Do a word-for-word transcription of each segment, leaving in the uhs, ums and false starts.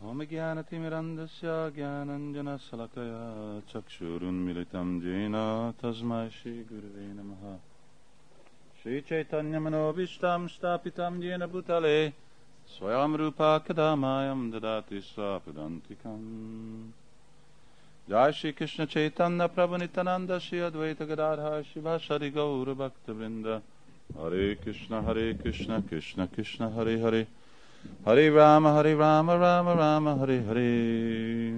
Om Jnana-timirandasya Jnananjana-salakaya Chakshurunmilitam Jena Tasmai Shri Gurave Namaha. Shri Chaitanya Manobishtam Stapitam Jena Bhutale Swayam Rupa Kadamayam Dadati Swapadantikam. Jai Shri Krishna Chaitanya Prabhu Nityananda Shri Advaita Gadadhar Shivasari Gaura Bhakta Vrinda. Hare Krishna Hare Krishna Krishna Krishna Hare Hare Hare Rama, Hare Rama, Rama Rama, Hare Hare.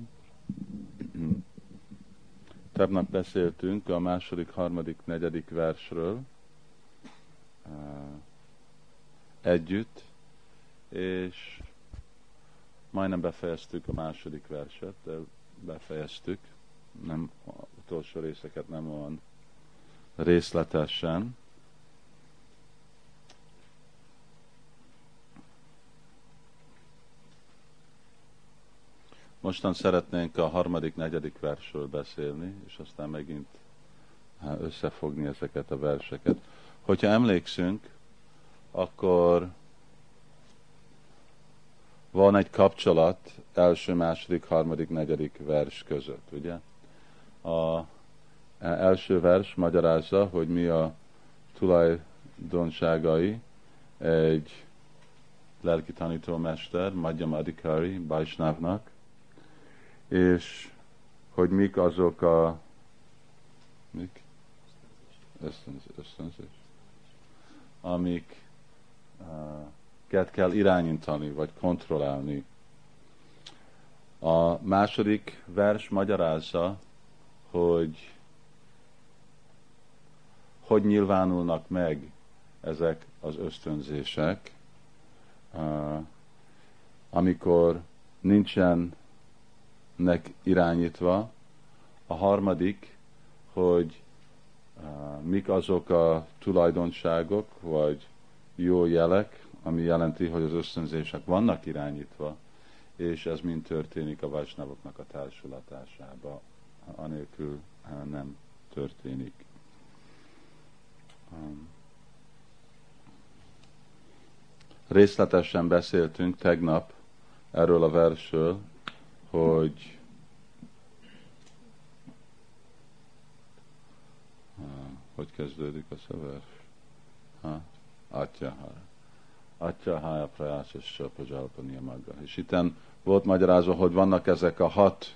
Tegnap beszéltünk a második, harmadik, negyedik versről uh, együtt, és majdnem befejeztük a második verset, de befejeztük, nem, utolsó részeket nem olyan részletesen. Mostan szeretnénk a harmadik, negyedik versről beszélni, és aztán megint összefogni ezeket a verseket. Hogyha emlékszünk, akkor van egy kapcsolat első, második, harmadik, negyedik vers között, ugye? A első vers magyarázza, hogy mi a tulajdonságai egy lelki tanítómester, Madhyama Adhikari, Vaishnavnak, és hogy mik azok a mik? Ösztönzés, ösztönzés. Amik uh, ket kell irányítani, vagy kontrollálni. A második vers magyarázza, hogy hogy nyilvánulnak meg ezek az ösztönzések, uh, amikor nincsen nek irányítva. A harmadik, hogy uh, mik azok a tulajdonságok, vagy jó jelek, ami jelenti, hogy az ösztönzések vannak irányítva, és ez mind történik a Vaishnavoknak a társulatásában, anélkül uh, nem történik. Um, részletesen beszéltünk tegnap erről a versről, hogy ha, hogy kezdődik a szöveg? Ha? Atyahara. Atyahara prayásassa prajalpa niyamaga. És itten volt magyarázva, hogy vannak ezek a hat,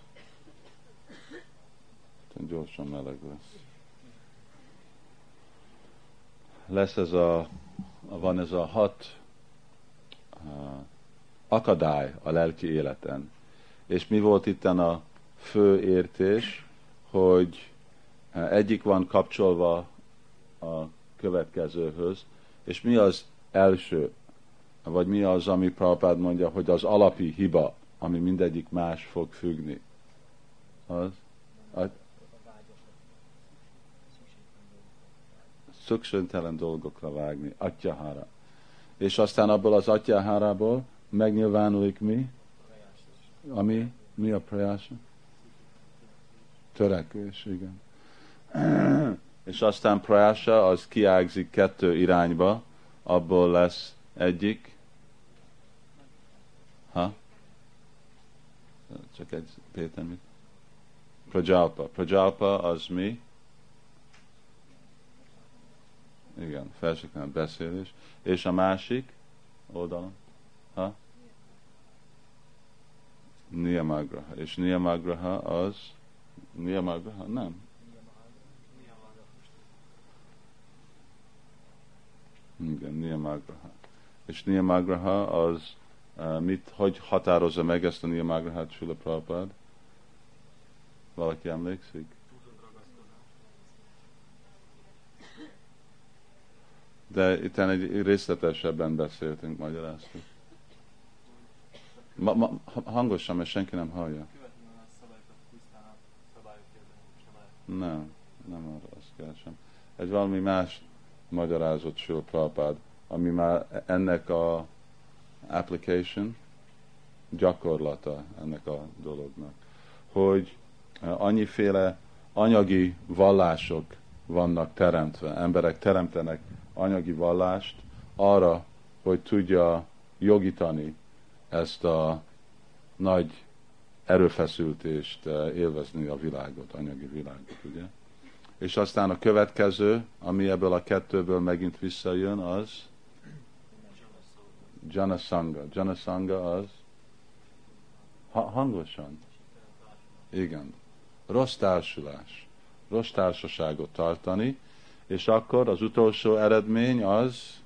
itten gyorsan meleg lesz. Lesz ez a, van ez a hat uh, akadály a lelki életen. És mi volt itten a fő értés, hogy egyik van kapcsolva a következőhöz, és mi az első, vagy mi az, ami Prabhupád mondja, hogy az alapi hiba, ami mindegyik más fog függni. Az? A... Szükségtelen dolgokra vágni, atyahara. És aztán abból az atyahárából megnyilvánulik mi? Ami, mi a prayása? Törekvés, igen. És aztán prayása az kiágzik kettő irányba, abból lesz egyik. Ha? Csak egy Péter mit? Prajalpa. Prajalpa az mi? Igen, felsőként beszélés. És a másik oldalon? Ha? Niyamagraha. És Niyamagraha az Niyamagraha? Nem. Igen, Niyamagraha. És Niyamagraha az uh, mit, hogy határozza meg ezt a Niyamagrahát Srila Prabhupád? Valaki emlékszik? De itt egy részletesebben beszéltünk, magyaráztuk. Ma, ma, hangosan, mert senki nem hallja. Nem, nem arra azt keresem. Egy valami más magyarázott Srila Prabhupád, ami már ennek a application, gyakorlata ennek a dolognak. Hogy annyiféle anyagi vallások vannak teremtve, emberek teremtenek anyagi vallást arra, hogy tudja jogítani ezt a nagy erőfeszültést élvezni a világot, anyagi világot, ugye? És aztán a következő, ami ebből a kettőből megint visszajön, az Janasanga. Janasanga az ha- hangosan. Igen. Rossz társulás. Rossz társaságot tartani, és akkor az utolsó eredmény az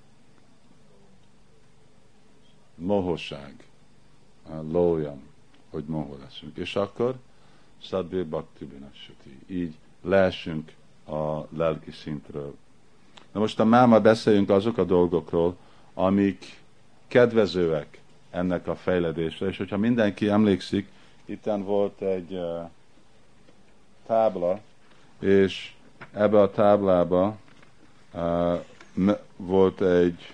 mohóság. Lójam, hogy mohó leszünk. És akkor Sadbir Bhakti Vinashuti. Így leesünk a lelki szintről. Na most a máma beszéljünk azok a dolgokról, amik kedvezőek ennek a fejledésre, és hogyha mindenki emlékszik, itten volt egy uh, tábla, és ebbe a táblába uh, volt egy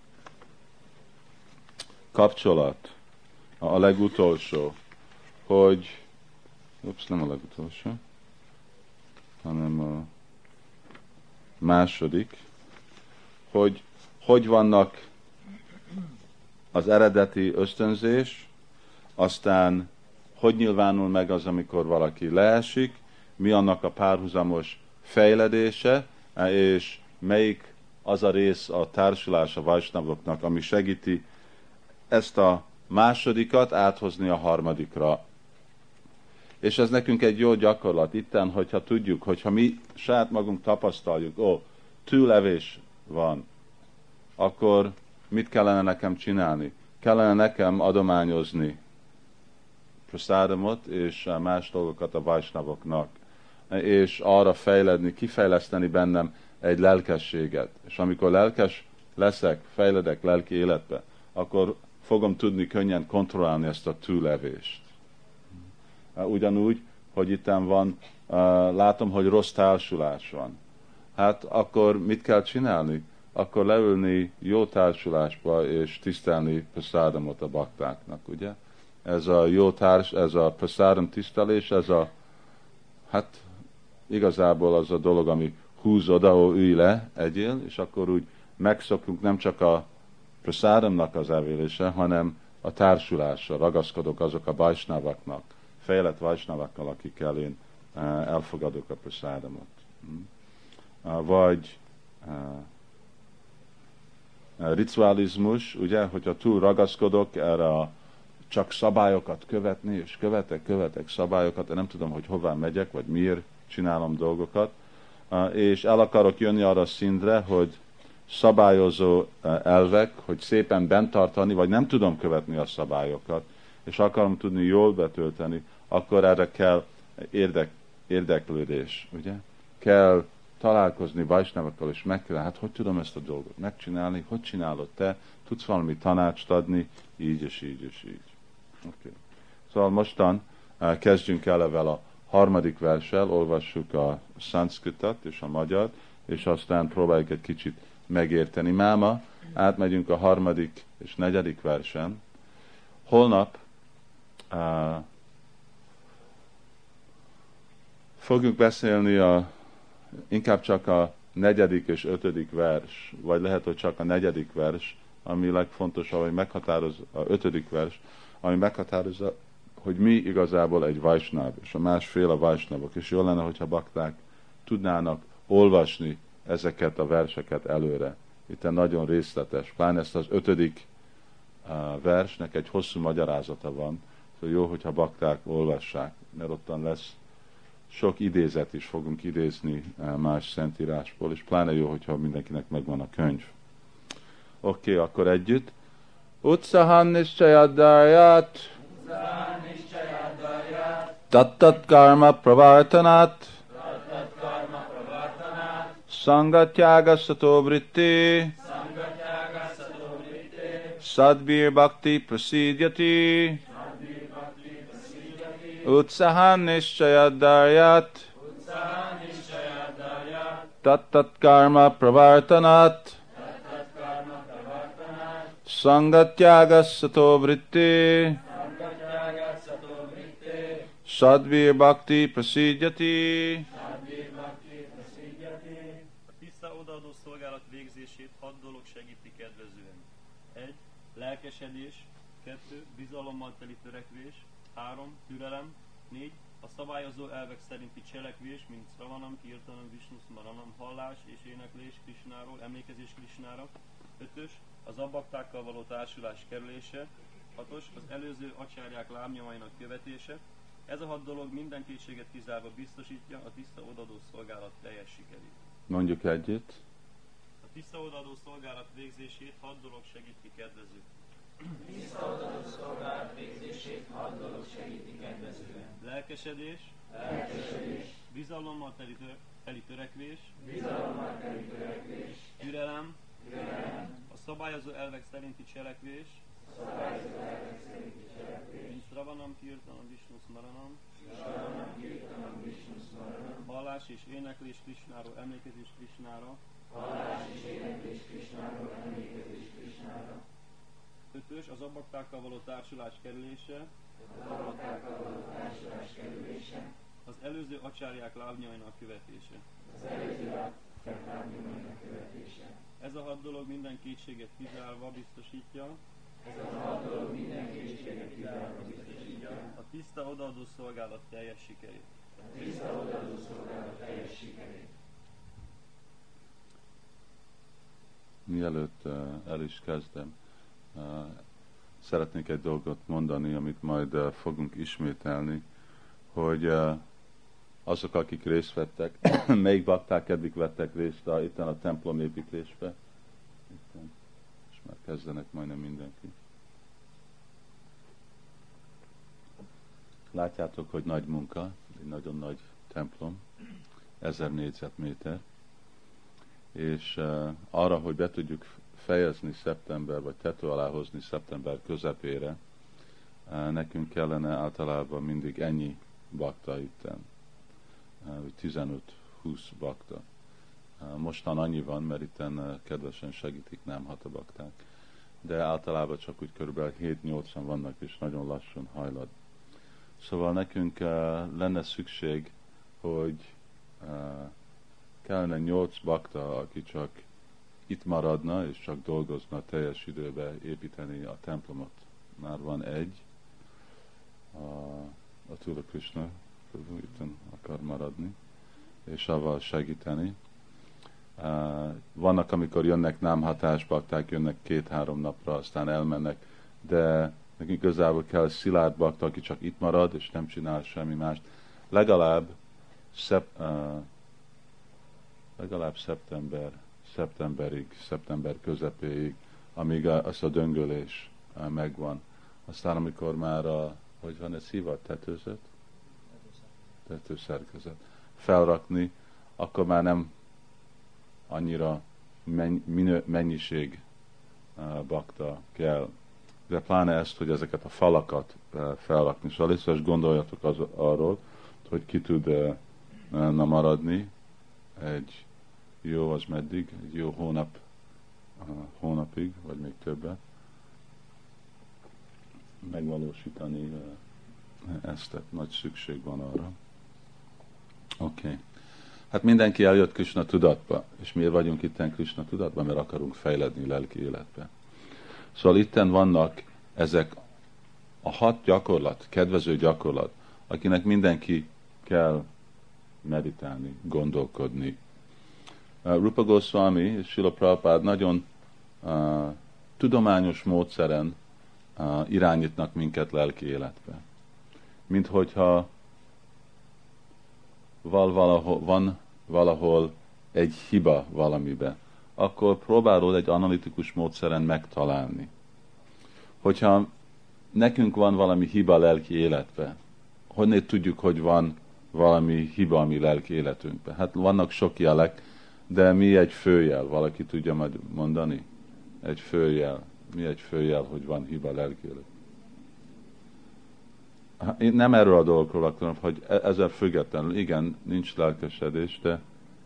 kapcsolat, a legutolsó, hogy ups, nem a legutolsó, hanem a második, hogy hogy vannak az eredeti ösztönzés, aztán hogy nyilvánul meg az, amikor valaki leesik, mi annak a párhuzamos fejledése, és melyik az a rész a társulás a vajsnavoknak, ami segíti ezt a másodikat áthozni a harmadikra. És ez nekünk egy jó gyakorlat itten, hogyha tudjuk, hogyha mi saját magunk tapasztaljuk, ó, túllevés van, akkor mit kellene nekem csinálni? Kellene nekem adományozni prasadamot és más dolgokat a vajsnavoknak, és arra fejledni, kifejleszteni bennem egy lelkességet. És amikor lelkes leszek, fejledek lelki életbe, akkor fogom tudni könnyen kontrollálni ezt a túllevést. Ugyanúgy, hogy itten van, látom, hogy rossz társulás van. Hát akkor mit kell csinálni? Akkor leülni jó társulásba és tisztelni prasadamot a baktáknak, ugye? Ez a jó társ, ez a prasadam tisztelés, ez a, hát igazából az a dolog, ami húz oda, ó, ülj le, egyél, és akkor úgy megszokunk nem csak a prasadamnak az evélése, hanem a társulásra, ragaszkodok azok a vajsnavaknak, fejlett vajsnavakkal, akikkel én elfogadok a prasadamot. Vagy ritualizmus, ugye, hogyha túl ragaszkodok erre a csak szabályokat követni, és követek, követek szabályokat, de nem tudom, hogy hová megyek, vagy miért csinálom dolgokat, és el akarok jönni arra a szintre, hogy szabályozó elvek, hogy szépen bent tartani, vagy nem tudom követni a szabályokat, és akarom tudni jól betölteni, akkor erre kell érdek, érdeklődés, ugye? Kell találkozni vajsnavakkal, és meg kell, hát hogy tudom ezt a dolgot megcsinálni, hogy csinálod te, tudsz valami tanácsot adni, így és így és így. Okay. Szóval mostan uh, kezdjünk el ezzel a harmadik verssel, olvassuk a szanszkritat és a magyart, és aztán próbáljuk egy kicsit megérteni. Máma, átmegyünk a harmadik és negyedik versen. Holnap uh, fogjuk beszélni a, inkább csak a negyedik és ötödik vers, vagy lehet, hogy csak a negyedik vers, ami legfontosabb, hogy meghatározza, a ötödik vers, ami meghatározza, hogy mi igazából egy vajsnáv, és a másféle vajsnávok. És jó lenne, hogyha bakták tudnának olvasni ezeket a verseket előre. Itt nagyon részletes. Pláne ezt az ötödik uh, versnek egy hosszú magyarázata van. Szóval jó, hogyha bakták olvassák, mert ottan lesz sok idézet is, fogunk idézni uh, más szentírásból, és pláne jó, hogyha mindenkinek megvan a könyv. Oké, okay, akkor együtt. Utsahan nischayadayat tattat karma pravartanat sangatyaga sato vritti sadbir bhakti prasidyati utsahan nischayadayat tattat karma pravartanat Sangatyagas sato vritti Sadvir bhakti prasidyati. A tiszta odaadó szolgálat végzését hat dolog segíti kedvezően. Egy, lelkesedés, Kettő, bizalommal teli törekvés. Három, türelem. Négy, a szabályozó elvek szerinti cselekvés, mint Sravanam, Kirtanam, Vishnu Smaranam, hallás és éneklés Krishnáról, emlékezés Krishnára. Ötös, az abbaktákkal való társulás kerülése. Hatos, az előző acsárják lábnyomainak követése. Ez a hat dolog minden kétséget kizárva biztosítja a tiszta odaadó szolgálat teljes sikerét. Mondjuk együtt. A tiszta odaadó szolgálat végzését hat dolog segíti kedvező. Tiszta odaadó szolgálat végzését hat dolog segíti kedvezően. Lelkesedés, Lelkesedés, bizalommal teli, tör, teli törekvés, bizalommal teli törekvés, türelem, türelem, a szabályozó elvek szerinti cselekvés, szabályozó elvek szerinti cselekvés, mint Sravanam, Kirtanam, Vishnu Smaranam, Sravanam, Kirtanam, Vishnu Smaranam, hallás és éneklés Krishnáról, emlékezés Krishnára. hallás és éneklés Krishnáról, emlékezés Krishnára, Ötös, az abbaktákkal való társulás kerülése, az abbaktákkal való társulás kerülése, az előző acsárják lábnyomainak követése. az előző abbakták lábnyomainak követése. Ez a hat dolog minden kétséget kizárva biztosítja Ez a hat dolog minden kétséget kizárva biztosítja a tiszta odaadó szolgálat teljes sikerét. a tiszta odaadó szolgálat teljes sikerét. Mielőtt uh, el is kezdem, uh, szeretnék egy dolgot mondani, amit majd uh, fogunk ismételni, hogy uh, azok, akik részt vettek, melyik bakták eddig vettek részt a, itten a templom építésbe, itten, és már kezdenek majdnem mindenki. Látjátok, hogy nagy munka, egy nagyon nagy templom, ezer négyzetméter, és uh, arra, hogy be tudjuk fejezni szeptember, vagy tető alá hozni szeptember közepére, uh, nekünk kellene általában mindig ennyi bakta itten, uh, tizenöt-húsz bakta. Uh, mostan annyi van, mert itten uh, kedvesen segítik, nem hat a bakták, de általában csak úgy körülbelül hét-nyolcan vannak, és nagyon lassan hajlad. Szóval nekünk uh, lenne szükség, hogy uh, kellene nyolc bakta, aki csak itt maradna, és csak dolgozna teljes időbe építeni a templomot. Már van egy, a, a Tula Krishna itt akar maradni, és avval segíteni. Uh, vannak, amikor jönnek nem hatás bakták, jönnek két-három napra, aztán elmennek, de nekünk igazából kell szilárd bakta, aki csak itt marad, és nem csinál semmi mást. Legalább szep, uh, legalább szeptember, szeptemberig, szeptember közepéig, amíg a, az a döngölés uh, megvan. Aztán amikor már a, hogy van ez hívva, tetőzet? Tetőszerkezet. Felrakni, akkor már nem annyira menny, minő, mennyiség uh, bakta kell. De pláne ezt, hogy ezeket a falakat uh, felrakni. Szóval először gondoljatok az, arról, hogy ki tud uh, na maradni egy jó, az meddig, egy jó hónap, uh, hónapig, vagy még többet megvalósítani uh, ezt, tehát nagy szükség van arra. Oké. Okay. Hát mindenki eljött Krishna tudatba, és miért vagyunk itten Krishna tudatban? Mert akarunk fejledni lelki életbe. Szóval itten vannak ezek a hat gyakorlat, kedvező gyakorlat, akinek mindenki kell meditálni, gondolkodni. Uh, Rupa Goswami és Srila Prabhupád nagyon uh, tudományos módszeren uh, irányítnak minket lelki életbe. Mint hogyha val valahol, van valahol egy hiba valamibe, akkor próbálod egy analitikus módszeren megtalálni. Hogyha nekünk van valami hiba lelki életbe, honnét tudjuk, hogy van valami hiba a mi lelki életünkben? Hát vannak sok jelek, de mi egy főjel? Valaki tudja majd mondani? Egy főjel. Mi egy főjel, hogy van hiba lelki életben? Én nem erről a dolgokról akarom, hogy ezzel függetlenül, igen, nincs lelkesedés, de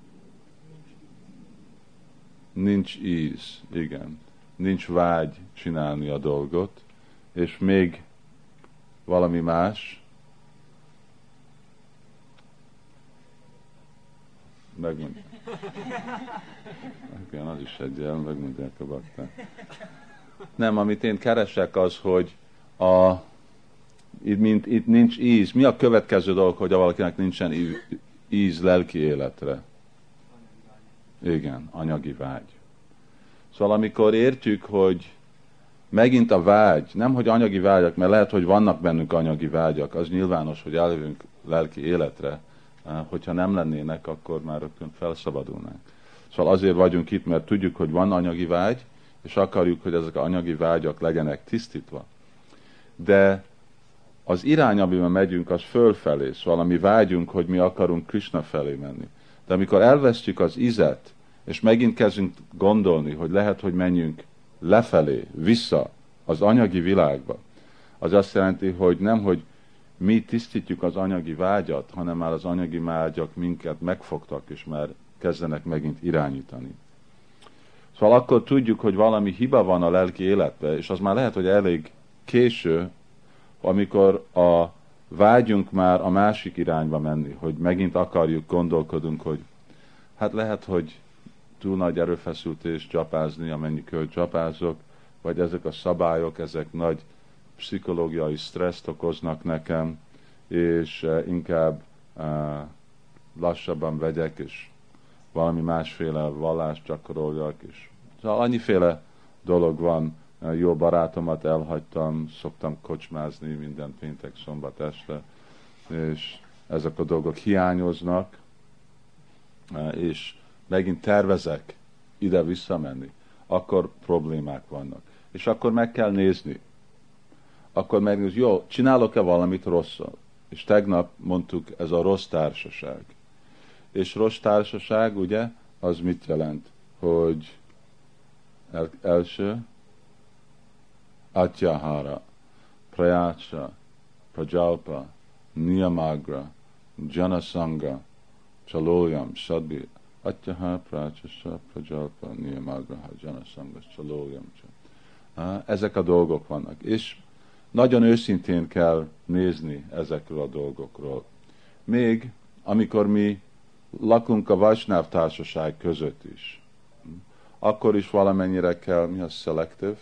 nincs íz, igen. Nincs vágy csinálni a dolgot, és még valami más, megmondják. Igen, az is egy jel, megmondják a bakták. Nem, amit én keresek az, hogy a, itt, mint, itt nincs íz. Mi a következő dolog, hogy valakinek nincsen íz lelki életre? Igen, anyagi vágy. Szóval amikor értjük, hogy megint a vágy, nem hogy anyagi vágyak, mert lehet, hogy vannak bennünk anyagi vágyak, az nyilvános, hogy eljövünk lelki életre, hogyha nem lennének, akkor már rögtön felszabadulnánk. Szóval azért vagyunk itt, mert tudjuk, hogy van anyagi vágy, és akarjuk, hogy ezek az anyagi vágyak legyenek tisztítva. De az irány, amiben megyünk, az fölfelé, szóval mi vágyunk, hogy mi akarunk Krishna felé menni. De amikor elvesztjük az ízet, és megint kezdünk gondolni, hogy lehet, hogy menjünk lefelé, vissza az anyagi világba, az azt jelenti, hogy nem, hogy mi tisztítjuk az anyagi vágyat, hanem már az anyagi vágyak minket megfogtak, és már kezdenek megint irányítani. Szóval akkor tudjuk, hogy valami hiba van a lelki életben, és az már lehet, hogy elég késő, amikor a vágyunk már a másik irányba menni, hogy megint akarjuk, gondolkodunk, hogy hát lehet, hogy túl nagy erőfeszültés csapázni, amennyi költ csapázok, vagy ezek a szabályok, ezek nagy pszichológiai stresszt okoznak nekem, és inkább uh, lassabban vegyek, és valami másféle vallást gyakoroljak, és szóval annyiféle dolog van. Jó barátomat elhagytam, szoktam kocsmázni minden péntek, szombat este, és ezek a dolgok hiányoznak, és megint tervezek ide visszamenni, akkor problémák vannak. És akkor meg kell nézni. Akkor megnézni, jó, csinálok-e valamit rosszat? És tegnap mondtuk, ez a rossz társaság. És rossz társaság, ugye, az mit jelent? Hogy el, első, atyahara, prajácsa, prajalpa, niyamagra, janasanga, csalójam, sadbi, atyahara, prajácsa, prajalpa, niyamagra, janasanga, csalójam. Ezek a dolgok vannak. És nagyon őszintén kell nézni ezekről a dolgokról. Még amikor mi lakunk a Vajsnáv társaság között is, akkor is valamennyire kell, mi az selective?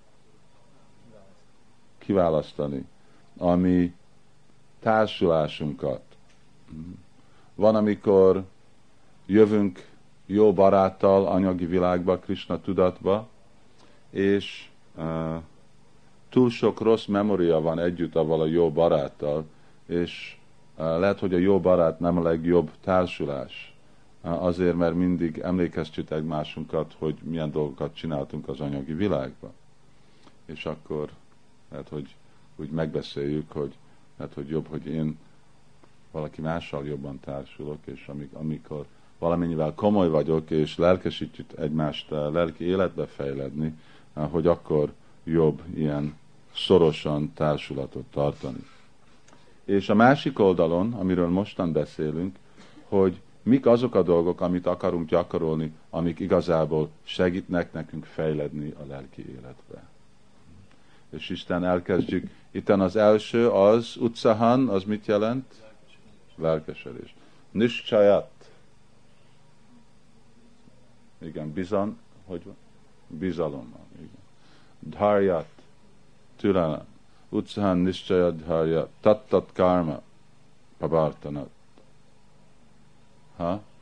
Kiválasztani a mi társulásunkat. Van, amikor jövünk jó baráttal anyagi világba, Krishna tudatba, és uh, túl sok rossz memória van együtt avval a jó baráttal, és uh, lehet, hogy a jó barát nem a legjobb társulás. Uh, azért, mert mindig emlékeztjük egymásunkat, hogy milyen dolgokat csináltunk az anyagi világban. És akkor lehet, hogy úgy megbeszéljük, hogy, lehet, hogy jobb, hogy én valaki mással jobban társulok, és amik, amikor valamennyivel komoly vagyok, és lelkesítjük egymást lelki életbe fejledni, hogy akkor jobb ilyen szorosan társulatot tartani. És a másik oldalon, amiről mostan beszélünk, hogy mik azok a dolgok, amit akarunk gyakorolni, amik igazából segítnek nekünk fejledni a lelki életbe. És Isten elkezdjük. Itten az első az, utsahan, az mit jelent? Lelkesedés. Nischayat. Igen, bizan, hogy van? Bizalommal. Igen. Dharjat. Türelem. Utsahan, nischayat, dharjat. Tattat karma. Pabartanat. Ha?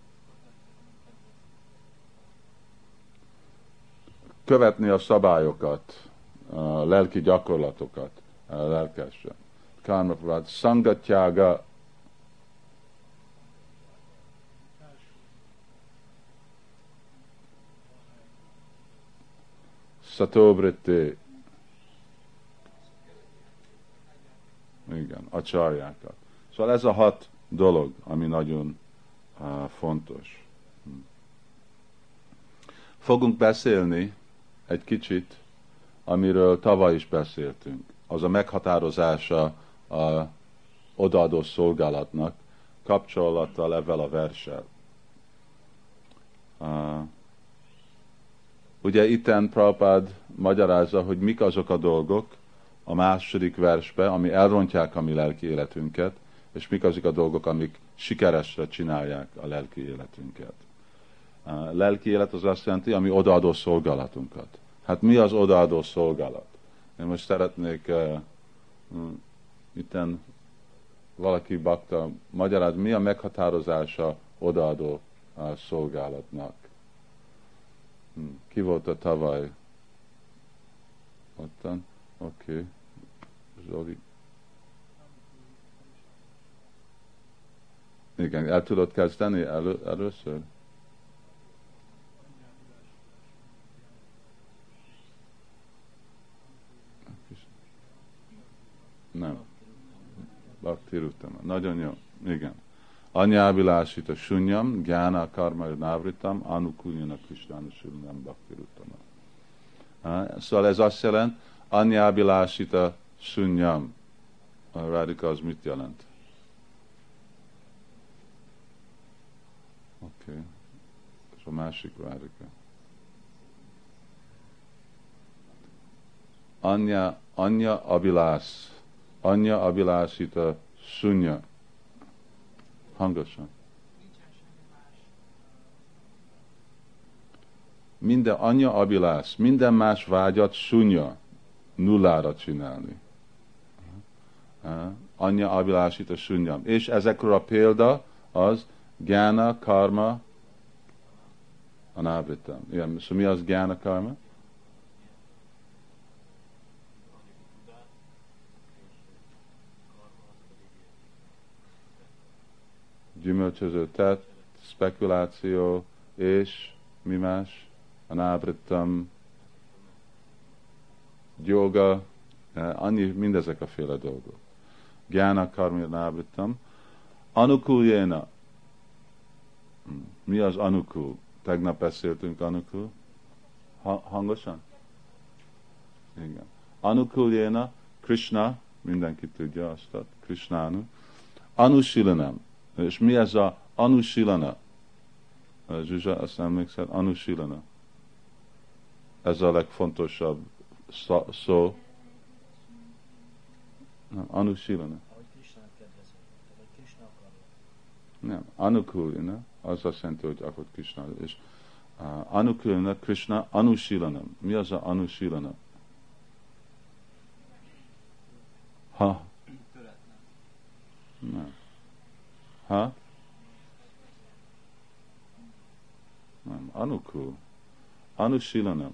Követni a szabályokat, a lelki gyakorlatokat, a lelkesen. Karma pabartanat. Sangatyaga. Szatobritti. Igen, a csarjákat. Szóval ez a hat dolog, ami nagyon uh, fontos. Fogunk beszélni egy kicsit, amiről tavaly is beszéltünk. Az a meghatározása a odaadó szolgálatnak kapcsolattal ezzel a verssel. Uh, Ugye itten Prabhupád magyarázza, hogy mik azok a dolgok a második versbe, ami elrontják a mi lelki életünket, és mik azok a dolgok, amik sikeresre csinálják a lelki életünket. A lelki élet az azt jelenti, ami odaadó szolgálatunkat. Hát mi az odaadó szolgálat? Én most szeretnék uh, itten valaki bakta magyaráz, mi a meghatározása odaadó uh, szolgálatnak. Hmm. Ki volt a tavaly? Ottan? Oké. Okay. Zoli. Igen, el tudod kezdeni elő, először? Nem. Bhakti Ruttama. Nagyon jó. Igen. Anyávilásita sunyam, gyána karma návritam, anukuljana kristánusulinam Bhakti Ruttama. Szóval ez azt jelent, anyávilásita sunyam. A Radhika az mit jelent? Oké. Okay. És a másik Radhika. Anya, anya abilás. Anya abilásita sunya. Hangosan. Minden anya abilás, minden más vágyat sunya, nullára csinálni. Anya abilásita sunyam. És ezekről a példa az gyána, karma, anávritam. Igen, szóval mi az gyána, karma? Gyümölcsöző tett, spekuláció, és mi más? Anávritam, yoga, annyi, mindezek a féle dolgok. Gyána, karma, anávritam. Anukuljéna. Mi az anukul? Tegnap beszéltünk anukul. Ha, hangosan? Igen. Anukuljéna, Krishna, mindenki tudja azt, Krishnánu. Anusilanam. És mi ez a anusilana? Zsuzsa, azt emlékszel? Anusilana. Ez a legfontosabb szó. szó. Nem, anusilana. Nem, anukulina, az azt jelenti, hogy akkor Krishna. És uh, anukulina, Krishna, anusilanam. Mi az a anusilana? Ha? Nem. Ha? Nem, anukul. Anusilanam.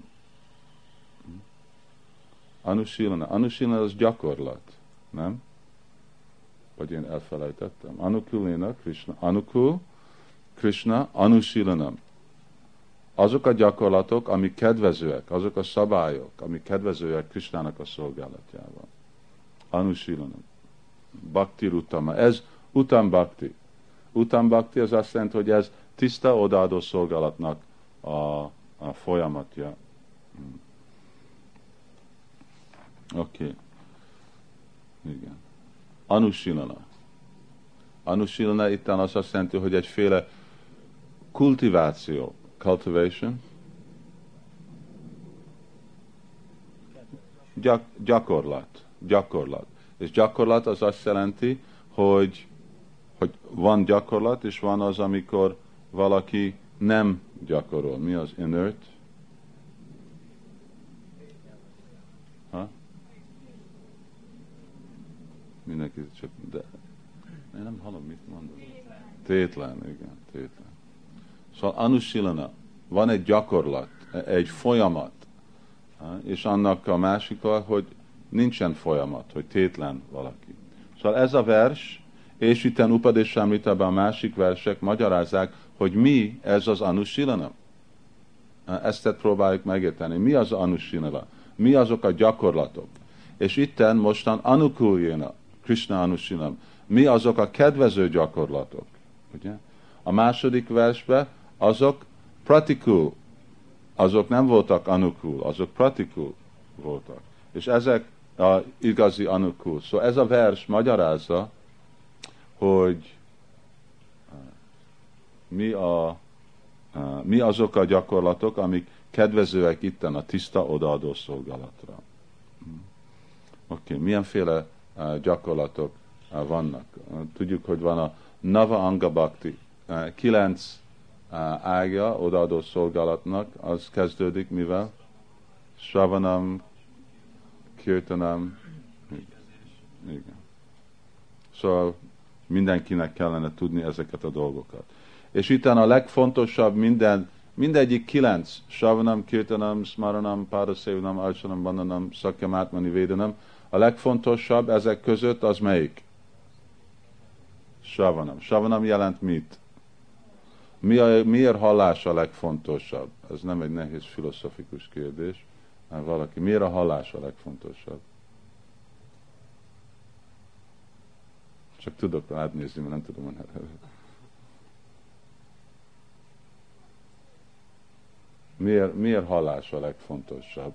Anusilana. Anusilana az gyakorlat, nem? Vagy én elfelejtettem. Anukulina, Krishna. Anukul, Krishna, anusilanam. Azok a gyakorlatok, amik kedvezőek, azok a szabályok, amik kedvezőek Krishnának a szolgálatjában. Anusilanam. Bhakti Ruttama. Ez utam bhakti. Utam bhakti az azt jelenti, hogy ez tiszta odaadó szolgálatnak a, a folyamatja. Hmm. Oké. Okay. Igen. Anusilana. Anusilana itt az azt jelenti, hogy egyféle kultiváció, cultivation, Gyak, gyakorlat, gyakorlat. És gyakorlat az azt jelenti, hogy, hogy van gyakorlat, és van az, amikor valaki nem gyakorol. Mi az inert? Ha? Mindenki csak... De... Én nem hallom, mit mondod. Tétlen, igen, tétlen. Szóval anusilana, van egy gyakorlat, egy folyamat, és annak a másika, hogy nincsen folyamat, hogy tétlen valaki. Szóval ez a vers, és itten Upadeshamritában a másik versek magyarázzák, hogy mi ez az anusilana. Ezt próbáljuk megérteni. Mi az anusilana? Mi azok a gyakorlatok? És itten mostan anukuljéna, Krishna anusilanam. Mi azok a kedvező gyakorlatok? Ugye? A második versben azok pratikul, azok nem voltak anukul, azok pratikul voltak. És ezek a igazi anukul. Szóval ez a vers magyarázza, hogy mi, a, mi azok a gyakorlatok, amik kedvezőek itten a tiszta odaadó szolgálatra. Oké, okay. Milyenféle gyakorlatok vannak? Tudjuk, hogy van a Nava Anga Bhakti, kilenc ágja odaadó szolgálatnak, az kezdődik mivel? Shravanam, kirtanam. Igen. Szóval mindenkinek kellene tudni ezeket a dolgokat. És itt a legfontosabb minden, mindegyik kilenc, Savanam, Kirtanam, Smaranam, Pádasévanam, Arcsanam, Vandanam, Szakyam, Átmani, Védanam, a legfontosabb ezek között az melyik? Savanam. Savanam jelent mit? Mi a, miért hallás a legfontosabb? Ez nem egy nehéz filozofikus kérdés. Hát valaki, miért a hallás a legfontosabb? Csak tudok átnézni, mert nem tudom mondani. Miért, miért hallás a legfontosabb?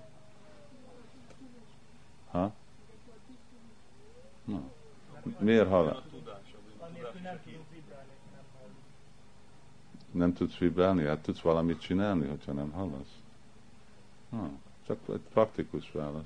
Ha? Na. Miért hallás? Nem tudsz vibrálni? Hát tudsz valamit csinálni, hogyha nem hallasz? Ha. Csak egy praktikus válasz.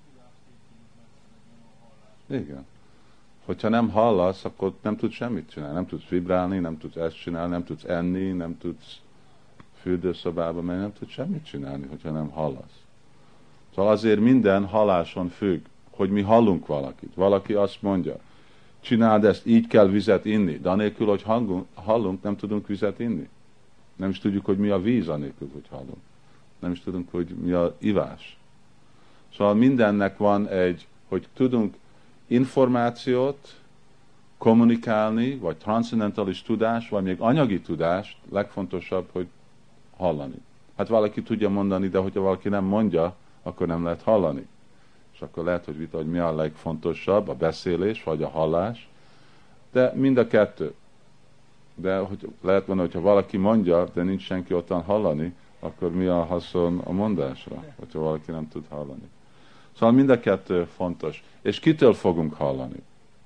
Igen. Hogyha nem hallasz, akkor nem tudsz semmit csinálni. Nem tudsz vibrálni, nem tudsz ezt csinálni, nem tudsz enni, nem tudsz fürdőszobába menni, nem tudsz semmit csinálni, hogyha nem hallasz. Szóval azért minden halláson függ, hogy mi hallunk valakit. Valaki azt mondja, csináld ezt, így kell vizet inni, de anélkül, hogy hallunk, hallunk, nem tudunk vizet inni. Nem is tudjuk, hogy mi a víz anélkül, hogy hallunk. Nem is tudunk, hogy mi a ivás. Szóval mindennek van egy, hogy tudunk információt kommunikálni, vagy transzendentális tudás, vagy még anyagi tudást, legfontosabb, hogy hallani. Hát valaki tudja mondani, de hogyha valaki nem mondja, akkor nem lehet hallani. És akkor lehet, hogy vita, hogy mi a legfontosabb, a beszélés, vagy a hallás, de mind a kettő. De hogy lehet volna, hogyha valaki mondja, de nincs senki ottan hallani, akkor mi a haszon a mondásra, hogyha valaki nem tud hallani. Szóval mind a kettő fontos. És kitől fogunk hallani?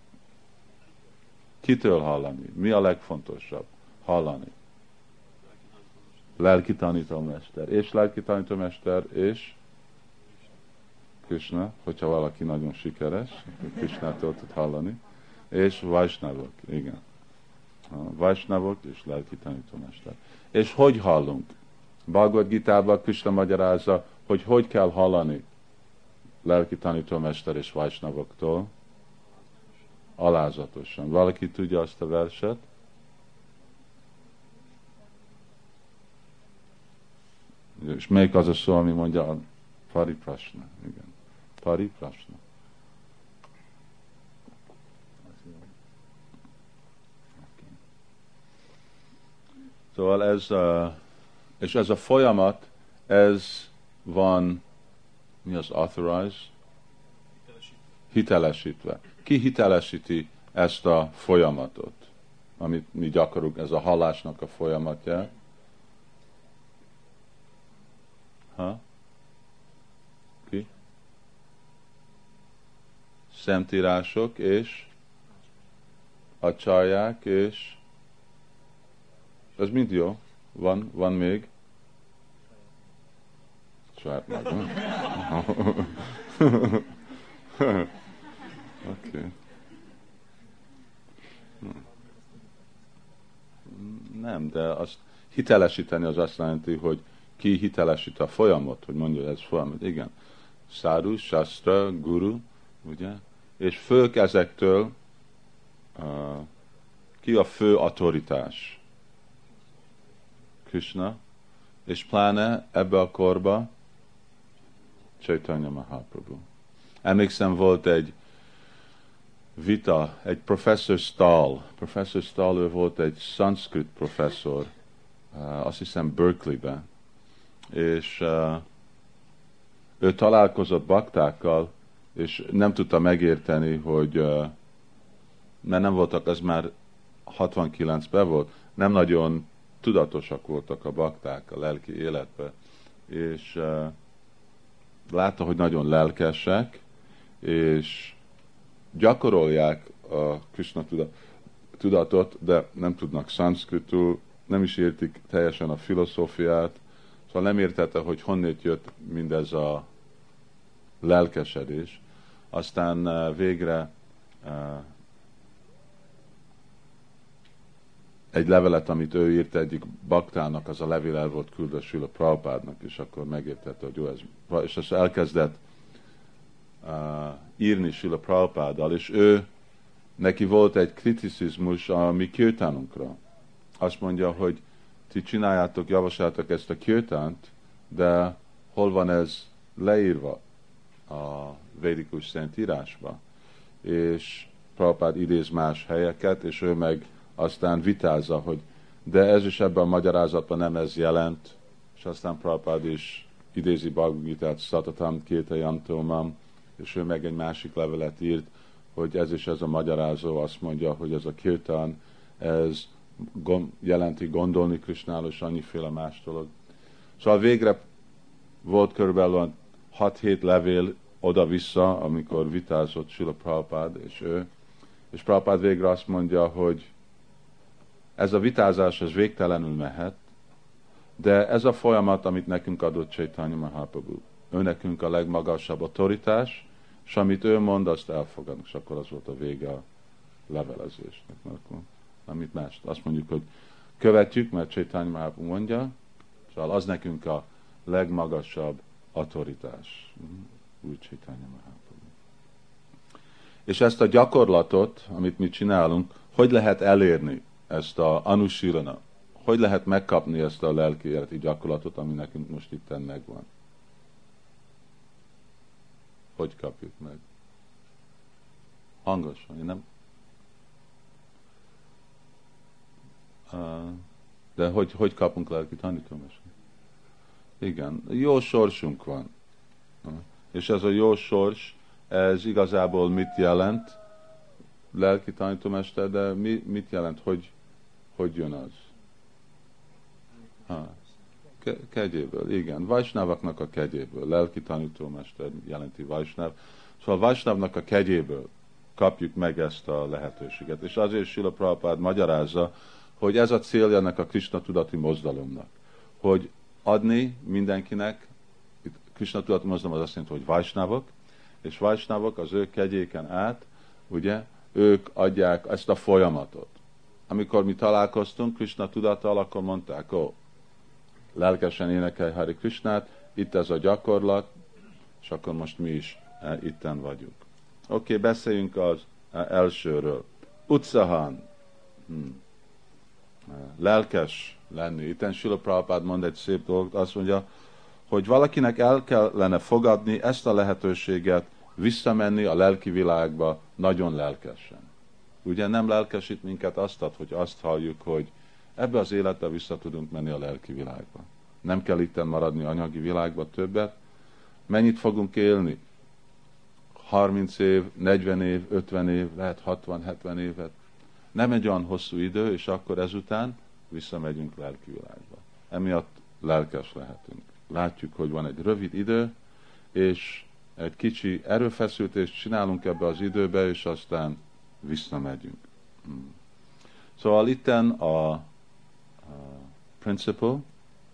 Kitől hallani? Mi a legfontosabb? Hallani. Lelki tanítómester. És lelki tanítómester, és Krishna, hogyha valaki nagyon sikeres, Krishnától tud hallani. És Vaisnavok, igen. Vaisnavok és lelki tanítómester. És hogy hallunk? Bhagavad Gitában Krishna magyarázza, hogy hogy kell hallani lelki tanítómester és Vaisnavoktól. Alázatosan. Valaki tudja azt a verset? És melyik az a szó, ami mondja a Pariprashna? Igen. Pariprashna. Szóval ez, uh, és ez a folyamat, ez van, mi az authorize? Hitelesítve. Ki hitelesíti ezt a folyamatot, amit mi gyakorunk, ez a hallásnak a folyamatja? Ha? Ki? Szentírások és acsarják és ez mind jó. Van, van még? Saját magam. Oké. Nem, de azt hitelesíteni az azt jelenti, hogy ki hitelesít a folyamot, hogy mondja, ez folyamat. Igen. Sadhu, Shastra, Guru, ugye? És fők ezektől uh, ki a fő autoritás? Krishna, és pláne ebbe a korba Chaitanya Mahaprabhu. Emlékszem, volt egy vita, egy professzor Stahl. Professzor Stahl, ő volt egy szanszkrit professzor, uh, azt hiszem Berkeley-ben, és uh, ő találkozott baktákkal, és nem tudta megérteni, hogy uh, mert nem voltak, az már hatvankilencben volt, nem nagyon tudatosak voltak a bakták a lelki életben, és uh, látta, hogy nagyon lelkesek, és gyakorolják a Krishna tudatot, de nem tudnak szanszkritul, nem is értik teljesen a filozófiát, szóval nem értette, hogy honnét jött mindez a lelkesedés. Aztán uh, végre uh, egy levelet, amit ő írt egyik baktának, az a levél el volt küldve Srila Prabhupádnak, és akkor megértette, hogy jó ez. És azt elkezdett írni Srila Prabhupáddal, és ő, neki volt egy kriticizmus a mi kirtánunkra. Azt mondja, hogy ti csináljátok, javasoljátok ezt a kirtánt, de hol van ez leírva a védikus szentírásba? És Prabhupád idéz más helyeket, és ő meg aztán vitázza, hogy de ez is ebben a magyarázatban nem ez jelent, és aztán Prabhupád is idézi Bhagavad Gitát, Satatam Kirtayantomam, és ő meg egy másik levelet írt, hogy ez is ez a magyarázó azt mondja, hogy ez a kirtán, ez gond, jelenti gondolni Krisnáról, és annyiféle más dolog. Szóval végre volt körülbelül hat-hét levél oda-vissza, amikor vitázott Srila Prabhupád és ő, és Prabhupád végre azt mondja, hogy ez a vitázás ez végtelenül mehet, de ez a folyamat, amit nekünk adott Chaitanya Mahaprabhu, ő nekünk a legmagasabb autoritás, és amit ő mond, azt elfogadunk, és akkor az volt a vége a levelezésnek. Mert akkor, amit más. Azt mondjuk, hogy követjük, mert Chaitanya Mahaprabhu mondja, szóval az nekünk a legmagasabb autoritás. Úgy Chaitanya Mahaprabhu. És ezt a gyakorlatot, amit mi csinálunk, hogy lehet elérni ezt a anushilana? Hogy lehet megkapni ezt a lelki életi gyakorlatot, ami nekünk most itten megvan? Hogy kapjuk meg? Hangosan, én nem? Uh, de hogy, hogy kapunk lelki tanítómest? Igen, jó sorsunk van. Uh, és ez a jó sors, ez igazából mit jelent? Lelki tanítómester, de mi, mit jelent? Hogy, hogy jön az? Ha. Kegyéből, igen. Vajsnávaknak a kegyéből. Lelki tanítómester jelenti Vajsnáv. Szóval Vajsnávnak a kegyéből kapjuk meg ezt a lehetőséget. És azért Srila Prabhupád magyarázza, hogy ez a célja ennek a Krishna tudati mozdalomnak. Hogy adni mindenkinek, itt Krishna tudati mozdalom az azt jelenti, hogy Vajsnávok, és Vajsnávok az ő kegyéken át, ugye, ők adják ezt a folyamatot. Amikor mi találkoztunk Krishna tudattal, akkor mondták, ó, lelkesen énekelj Hari Krishnát, itt ez a gyakorlat, és akkor most mi is e, itten vagyunk. Oké, okay, beszéljünk az e, elsőről. Utsahan. Hmm. Lelkes lenni. Itten Srila Prabhupád mond egy szép dolgot, azt mondja, hogy valakinek el kellene fogadni ezt a lehetőséget, visszamenni a lelki világba nagyon lelkesen. Ugye nem lelkesít minket azt ad, hogy azt halljuk, hogy ebbe az életbe vissza tudunk menni a lelki világba. Nem kell itten maradni anyagi világba többet. Mennyit fogunk élni? harminc év, negyven év, ötven év, lehet hatvan-hetven évet. Nem egy olyan hosszú idő, és akkor ezután visszamegyünk lelki világba. Emiatt lelkes lehetünk. Látjuk, hogy van egy rövid idő, és egy kicsi erőfeszültést csinálunk ebbe az időbe, és aztán visszamegyünk. Hmm. Szóval itten a, a principle,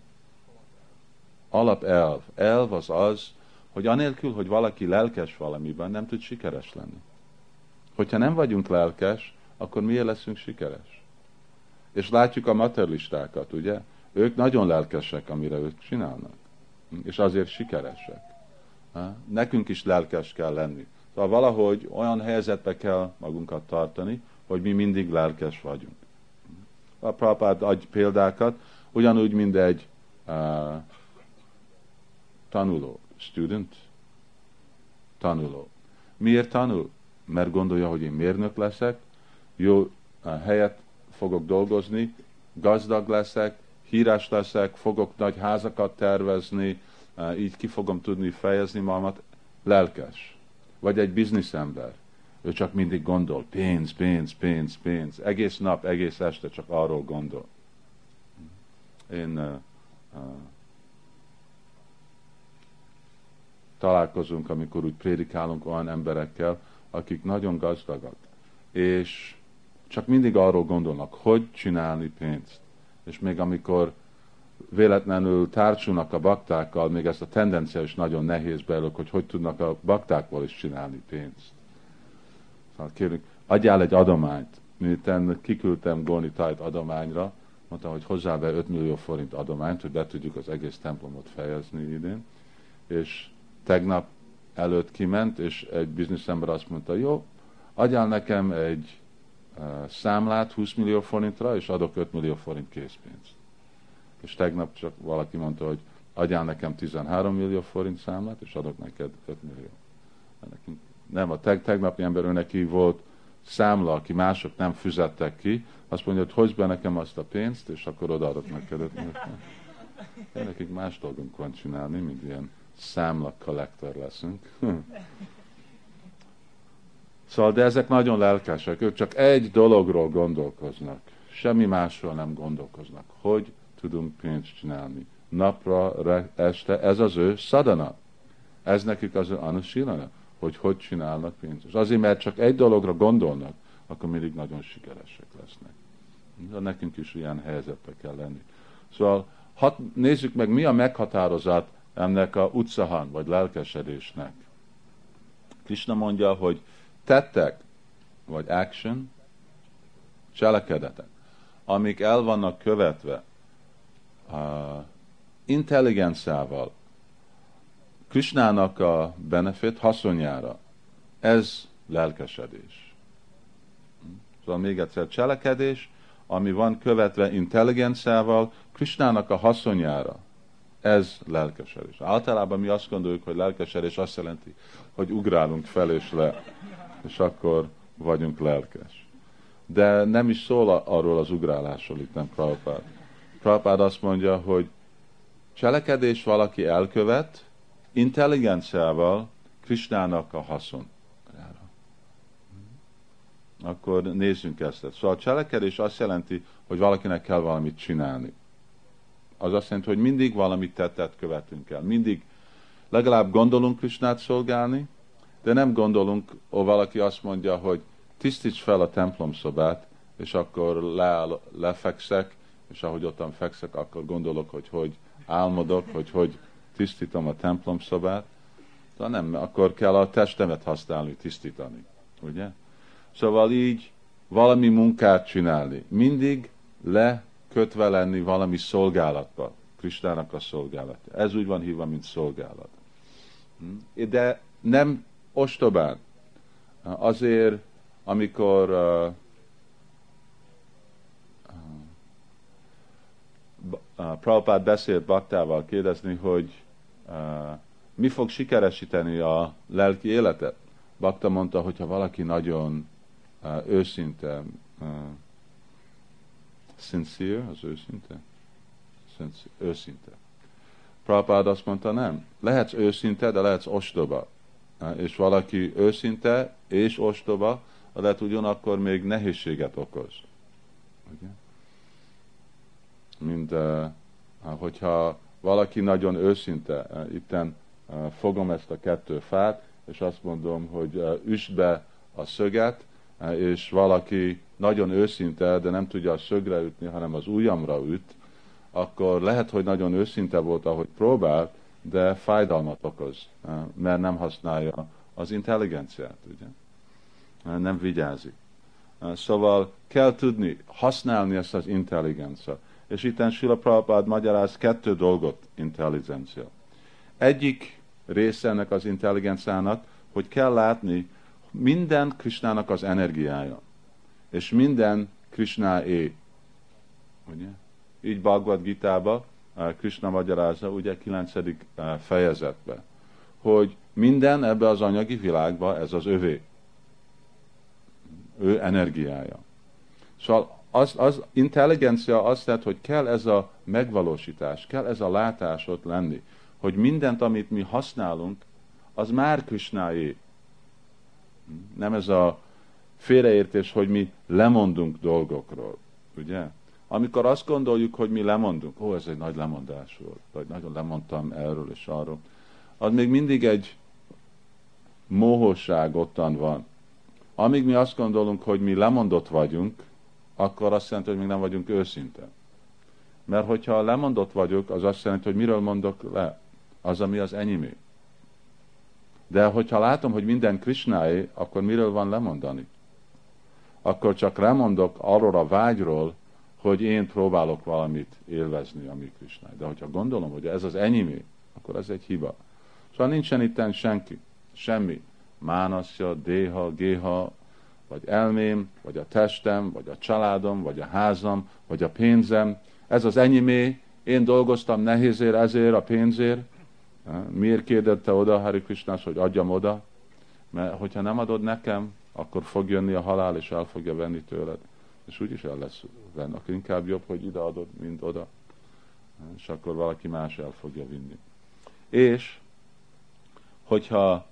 alapelv. Elv az az, hogy anélkül, hogy valaki lelkes valamiben, nem tud sikeres lenni. Hogyha nem vagyunk lelkes, akkor miért leszünk sikeres? És látjuk a materialistákat, ugye? Ők nagyon lelkesek, amire ők csinálnak. És azért sikeresek. Nekünk is lelkes kell lenni. Szóval valahogy olyan helyzetbe kell magunkat tartani, hogy mi mindig lelkes vagyunk. A Prabhupád adj példákat, ugyanúgy, mint egy uh, tanuló, student, tanuló. Miért tanul? Mert gondolja, hogy én mérnök leszek, jó uh, helyet fogok dolgozni, gazdag leszek, híres leszek, fogok nagy házakat tervezni, uh, így ki fogom tudni fejezni magamat, lelkes. Vagy egy bizniszember. Ő csak mindig gondol, pénz, pénz, pénz, pénz. Egész nap, egész este csak arról gondol. Én uh, uh, találkozunk, amikor úgy prédikálunk olyan emberekkel, akik nagyon gazdagak, és csak mindig arról gondolnak, hogy csinálni pénzt. És még amikor véletlenül társulnak a baktákkal, még ezt a tendencia is nagyon nehéz belőlük, hogy hogy tudnak a baktákból is csinálni pénzt. Szóval kérünk, adjál egy adományt. Miután kiküldtem Gorni Tájt adományra, mondtam, hogy hozzá be öt millió forint adományt, hogy be tudjuk az egész templomot fejezni idén. És tegnap előtt kiment, és egy bizniszember azt mondta, jó, adjál nekem egy uh, számlát húsz millió forintra, és adok öt millió forint készpénzt. És tegnap csak valaki mondta, hogy adjál nekem tizenhárom millió forint számlát, és adok neked öt millió. Nekünk nem, a teg, tegnapi ember, ő neki volt számla, aki mások nem fizettek ki, azt mondja, hogy hozd be nekem azt a pénzt, és akkor odaadok neked öt millió. Nekik más dolgunk van csinálni, mint ilyen számla kollektor leszünk. Szóval, de ezek nagyon lelkesek, ők csak egy dologról gondolkoznak, semmi másról nem gondolkoznak. Hogy tudunk pénzt csinálni? Napra, este, ez az ő szadana. Ez nekik az ő anusilana, hogy hogy csinálnak pénzt. És azért, mert csak egy dologra gondolnak, akkor mindig nagyon sikeresek lesznek. De nekünk is ilyen helyzetbe kell lenni. Szóval hat, nézzük meg, mi a meghatározat ennek a utcahan, vagy lelkesedésnek. Krishna mondja, hogy tettek, vagy action, cselekedetek, amik el vannak követve uh, intelligenciával, Krishnának a benefit haszonjára. Ez lelkesedés. Szóval még egyszer, cselekedés, ami van követve intelligenciával, Krishnának a haszonjára. Ez lelkesedés. Általában mi azt gondoljuk, hogy lelkesedés azt jelenti, hogy ugrálunk fel és le, és akkor vagyunk lelkes. De nem is szól arról az ugrálásról itt, nem Prabhupád. Prabhupád azt mondja, hogy cselekedés valaki elkövet, intelligenciával Krishnának a haszon. Akkor nézzünk ezt. Szóval a cselekedés azt jelenti, hogy valakinek kell valamit csinálni. Az azt jelenti, hogy mindig valamit tettet követünk el. Mindig legalább gondolunk Krishnát szolgálni, de nem gondolunk, ó, valaki azt mondja, hogy tisztíts fel a templomszobát, és akkor leáll, lefekszek, és ahogy ottan fekszek, akkor gondolok, hogy hogy álmodok, hogy hogy tisztítom a templomszobát. De nem, akkor kell a testemet használni, tisztítani. Ugye? Szóval így valami munkát csinálni. Mindig lekötve lenni valami szolgálatba. Krisnának a szolgálat. Ez úgy van hívva, mint szolgálat. De nem ostobán. Azért, amikor uh, uh, Prabhupád beszélt Baktával kérdezni, hogy uh, mi fog sikeresíteni a lelki életet. Bakta mondta, hogyha valaki nagyon uh, őszinte, uh, sincere, az őszinte? Sincere, őszinte. Prabhupád azt mondta, nem. Lehetsz őszinte, de lehetsz ostoba. Uh, és valaki őszinte és ostoba, lehet ugyanakkor még nehézséget okoz. Ugye? Mint uh, hogyha valaki nagyon őszinte, uh, itten uh, fogom ezt a kettő fát, és azt mondom, hogy uh, üsd be a szöget, uh, és valaki nagyon őszinte, de nem tudja a szögre ütni, hanem az ujjamra üt, akkor lehet, hogy nagyon őszinte volt, ahogy próbált, de fájdalmat okoz, uh, mert nem használja az intelligenciát, ugye? Uh, nem vigyázik. Uh, szóval kell tudni használni ezt az intelligencia. És itten Srila Prabhupád magyaráz kettő dolgot intelligencia. Egyik része ennek az intelligenciának, hogy kell látni minden Krishnának az energiája, és minden Krishnáé. Ugye? Így Bhagavad Gita-ba Krishna magyarázza, ugye kilencedik fejezetben, hogy minden ebbe az anyagi világba ez az övé. Ő energiája. Szóval az, az intelligencia azt tett, hogy kell ez a megvalósítás, kell ez a látás ott lenni, hogy mindent, amit mi használunk, az már Krishnáé. Nem ez a félreértés, hogy mi lemondunk dolgokról, ugye? Amikor azt gondoljuk, hogy mi lemondunk, ó, ez egy nagy lemondás volt, vagy nagyon lemondtam erről és arról, az még mindig egy mohóság ottan van. Amíg mi azt gondolunk, hogy mi lemondott vagyunk, akkor azt jelenti, hogy még nem vagyunk őszinte. Mert hogyha lemondott vagyok, az azt jelenti, hogy miről mondok le? Az, ami az enyémé. De hogyha látom, hogy minden Krishnáé, akkor miről van lemondani? Akkor csak lemondok arról a vágyról, hogy én próbálok valamit élvezni, ami Krishnáé. De hogyha gondolom, hogy ez az enyémé, akkor ez egy hiba. Szóval nincsen itten senki. Semmi. Mánaszja, déha, géha, vagy elmém, vagy a testem, vagy a családom, vagy a házam, vagy a pénzem. Ez az enyémé, én dolgoztam nehézért, ezért a pénzért. Miért kérdette oda Hari Krishnás, hogy adjam oda? Mert hogyha nem adod nekem, akkor fog jönni a halál, és el fogja venni tőled. És úgyis el lesz venni. Akkor inkább jobb, hogy ide adod, mint oda. És akkor valaki más el fogja vinni. És, hogyha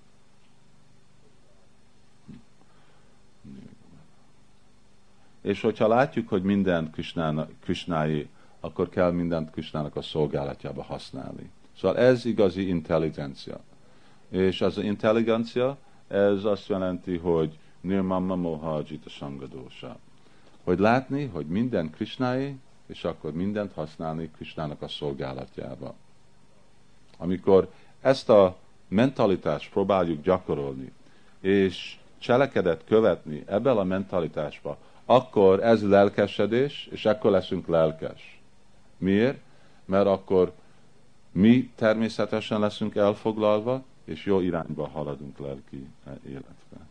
és hogyha látjuk, hogy mindent Krisnáé, akkor kell mindent Krisnának a szolgálatjába használni. Szóval ez igazi intelligencia. És az intelligencia, ez azt jelenti, hogy nirmamma moha jita sangadósa. Hogy látni, hogy minden Krisnáé, és akkor mindent használni Krisnának a szolgálatjába. Amikor ezt a mentalitást próbáljuk gyakorolni, és cselekedet követni ebben a mentalitásba, akkor ez lelkesedés, és akkor leszünk lelkes. Miért? Mert akkor mi természetesen leszünk elfoglalva, és jó irányba haladunk lelki életbe.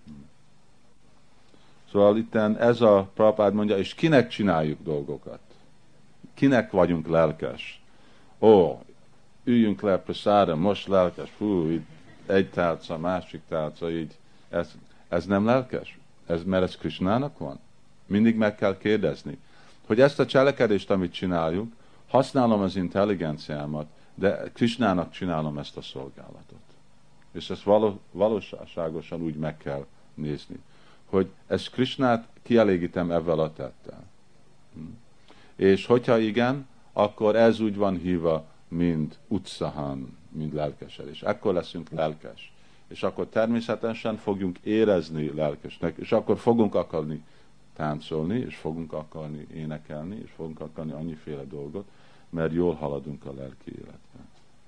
Szóval itten ez a Prabhupád mondja, és kinek csináljuk dolgokat? Kinek vagyunk lelkes? Ó, üljünk le prasára, most lelkes, fú, így egy tálca, másik tálca, így. Ez, ez nem lelkes? Ez, mert ez Krisnának van? Mindig meg kell kérdezni, hogy ezt a cselekedést, amit csináljuk, használom az intelligenciámat, de Krisnának csinálom ezt a szolgálatot. És ezt való, valóságosan úgy meg kell nézni, hogy ezt Krisnát kielégítem ezzel a tettel. Hm. És hogyha igen, akkor ez úgy van hívva, mint utcahan, mint lelkesedés. Ekkor leszünk lelkes. És akkor természetesen fogjunk érezni lelkesnek, és akkor fogunk akarni táncolni, és fogunk akarni énekelni, és fogunk akarni annyiféle dolgot, mert jól haladunk a lelki életben.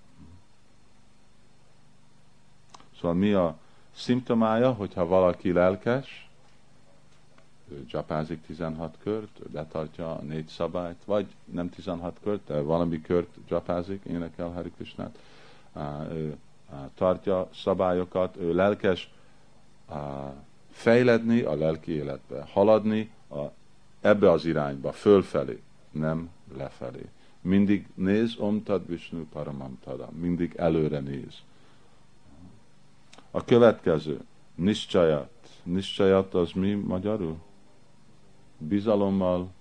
Szóval mi a szimptomája, hogyha valaki lelkes, ő dzsapázik tizenhat kört, ő betartja a négy szabályt, vagy nem tizenhat kört, de valami kört dzsapázik, énekel Hari Krishnát, ő tartja szabályokat, ő lelkes fejledni a lelki életbe, haladni a, ebbe az irányba, fölfelé, nem lefelé. Mindig néz Om Tad Vishnu Paramam Tada, mindig előre néz. A következő, Nischayat. Nischayat az mi magyarul? Bizalommal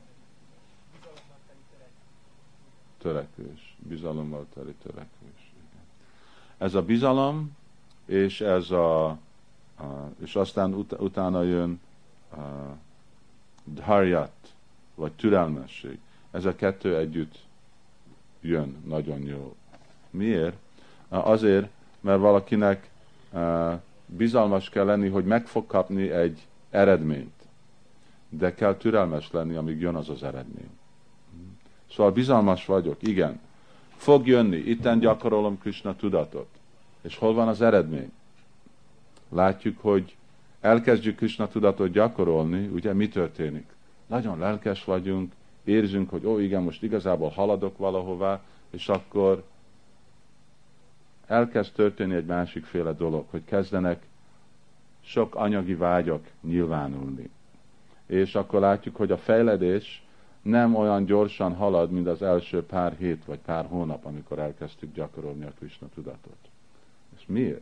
törekvés. Bizalommal teli törekvés. Ez a bizalom, és ez a, a és aztán ut, utána jön a dharjat, vagy türelmesség. Ez a kettő együtt jön nagyon jó. Miért? Azért, mert valakinek bizalmas kell lenni, hogy meg fog kapni egy eredményt. De kell türelmes lenni, amíg jön az az eredmény. Szóval bizalmas vagyok, igen. Fog jönni, itten gyakorolom Krishna tudatot. És hol van az eredmény? Látjuk, hogy elkezdjük Krishna tudatot gyakorolni, ugye mi történik? Nagyon lelkes vagyunk, érzünk, hogy ó, igen, most igazából haladok valahová, és akkor elkezd történni egy másikféle dolog, hogy kezdenek sok anyagi vágyak nyilvánulni. És akkor látjuk, hogy a fejledés nem olyan gyorsan halad, mint az első pár hét vagy pár hónap, amikor elkezdtük gyakorolni a Krishna tudatot. És miért?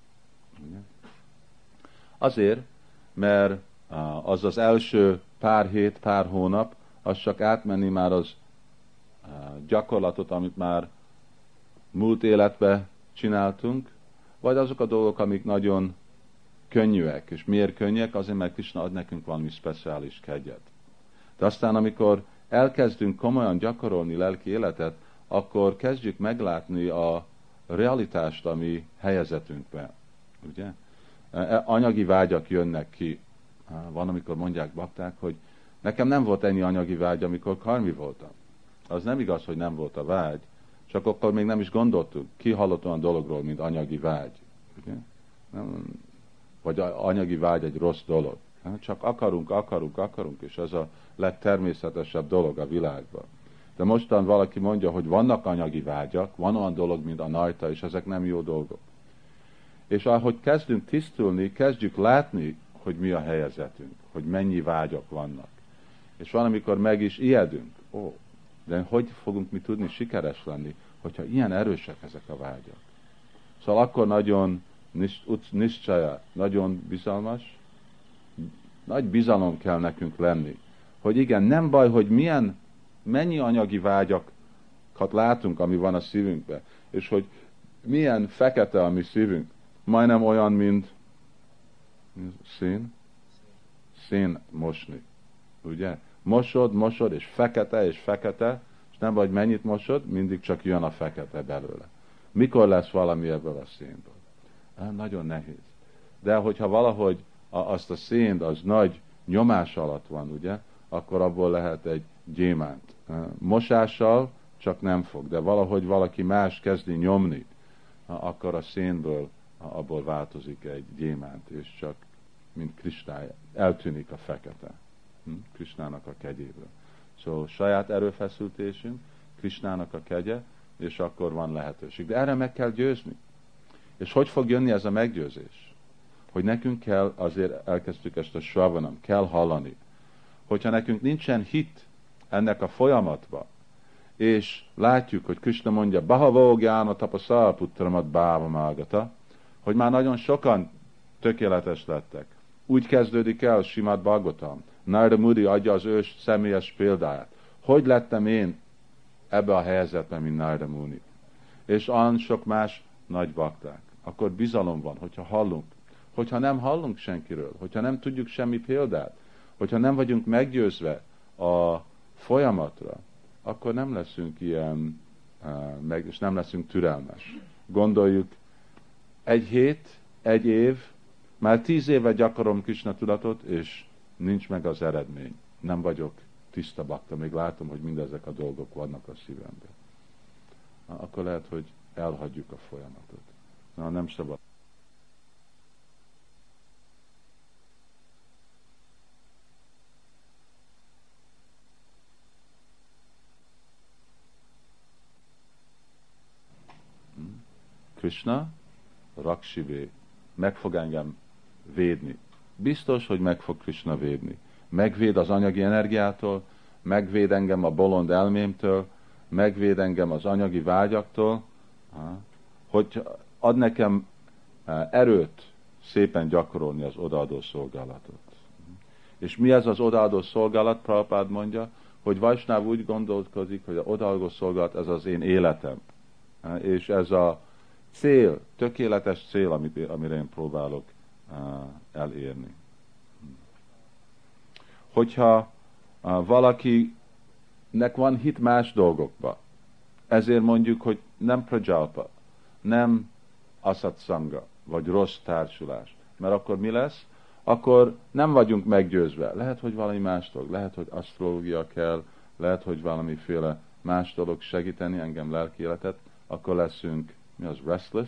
Azért, mert az az első pár hét, pár hónap, az csak átmenni már az gyakorlatot, amit már múlt életben csináltunk, vagy azok a dolgok, amik nagyon könnyűek. És miért könnyűek? Azért, mert Krishna ad nekünk valami speciális kegyet. De aztán, amikor elkezdünk komolyan gyakorolni lelki életet, akkor kezdjük meglátni a realitást, ami helyezetünkben. Ugye? Anyagi vágyak jönnek ki. Van, amikor mondják bakták, hogy nekem nem volt ennyi anyagi vágy, amikor karmi voltam. Az nem igaz, hogy nem volt a vágy, csak akkor még nem is gondoltuk. Ki hallott olyan dologról, mint anyagi vágy? Ugye? Nem, vagy anyagi vágy egy rossz dolog. Csak akarunk, akarunk, akarunk, és ez a legtermészetesebb dolog a világban. De mostan valaki mondja, hogy vannak anyagi vágyak, van olyan dolog, mint a najta, és ezek nem jó dolgok. És ahogy kezdünk tisztulni, kezdjük látni, hogy mi a helyezetünk, hogy mennyi vágyak vannak. És van, amikor meg is ijedünk. Ó, de hogy fogunk mi tudni sikeres lenni, hogyha ilyen erősek ezek a vágyak? Szóval akkor nagyon niszcsaja, nagyon bizalmas, nagy bizalom kell nekünk lenni. Hogy igen, nem baj, hogy milyen, mennyi anyagi vágyakat látunk, ami van a szívünkben, és hogy milyen fekete a mi szívünk. Majdnem olyan, mint szín, szín mosni. Ugye? Mosod, mosod, és fekete, és fekete, és nem vagy mennyit mosod, mindig csak jön a fekete belőle. Mikor lesz valami ebből a szénből? Nagyon nehéz. De hogyha valahogy a, azt a szént, az nagy nyomás alatt van, ugye, akkor abból lehet egy gyémánt. Mosással csak nem fog, de valahogy valaki más kezdi nyomni, akkor a szénből abból változik egy gyémánt, és csak mint kristály, eltűnik a fekete. Hm? Krisnának a kegyéből. Szóval saját erőfeszültésünk, Krisnának a kegye, és akkor van lehetőség. De erre meg kell győzni. És hogy fog jönni ez a meggyőzés? Hogy nekünk kell, azért elkezdtük ezt a sravanam, kell hallani. Hogyha nekünk nincsen hit ennek a folyamatba, és látjuk, hogy Krishna mondja, Bahavo gyána tapaszal putramat báva mágata, hogy már nagyon sokan tökéletes lettek. Úgy kezdődik el Simad Bhagavatam. Narada Muni adja az ő személyes példáját. Hogy lettem én ebbe a helyzetben, mint Narada Muni? És olyan sok más nagy bakták. Akkor bizalom van, hogyha hallunk. Hogyha nem hallunk senkiről, hogyha nem tudjuk semmi példát, hogyha nem vagyunk meggyőzve a folyamatra, akkor nem leszünk ilyen, meg, és nem leszünk türelmes. Gondoljuk, egy hét, egy év, már tíz éve gyakorolom Krishna tudatot, és nincs meg az eredmény. Nem vagyok tiszta bakta, még látom, hogy mindezek a dolgok vannak a szívemben. Akkor lehet, hogy elhagyjuk a folyamatot. Na, nem szabad. Krishna, Raksivé, meg fog engem védni. Biztos, hogy meg fog Krishna védni. Megvéd az anyagi energiától, megvéd engem a bolond elmémtől, megvéd engem az anyagi vágyaktól, hogy ad nekem erőt szépen gyakorolni az odaadó szolgálatot. És mi ez az odaadó szolgálat? Prabhupád mondja, hogy Vajsnáv úgy gondolkozik, hogy az odaadó szolgálat ez az én életem. És ez a cél, tökéletes cél, amit, amire én próbálok uh, elérni. Hogyha uh, valakinek van hit más dolgokba, ezért mondjuk, hogy nem prajalpa, nem asatsanga, vagy rossz társulás, mert akkor mi lesz? Akkor nem vagyunk meggyőzve. Lehet, hogy valami más dolog, lehet, hogy asztrológia kell, lehet, hogy valamiféle más dolog segíteni engem lelki életet, akkor leszünk mi az? Restless?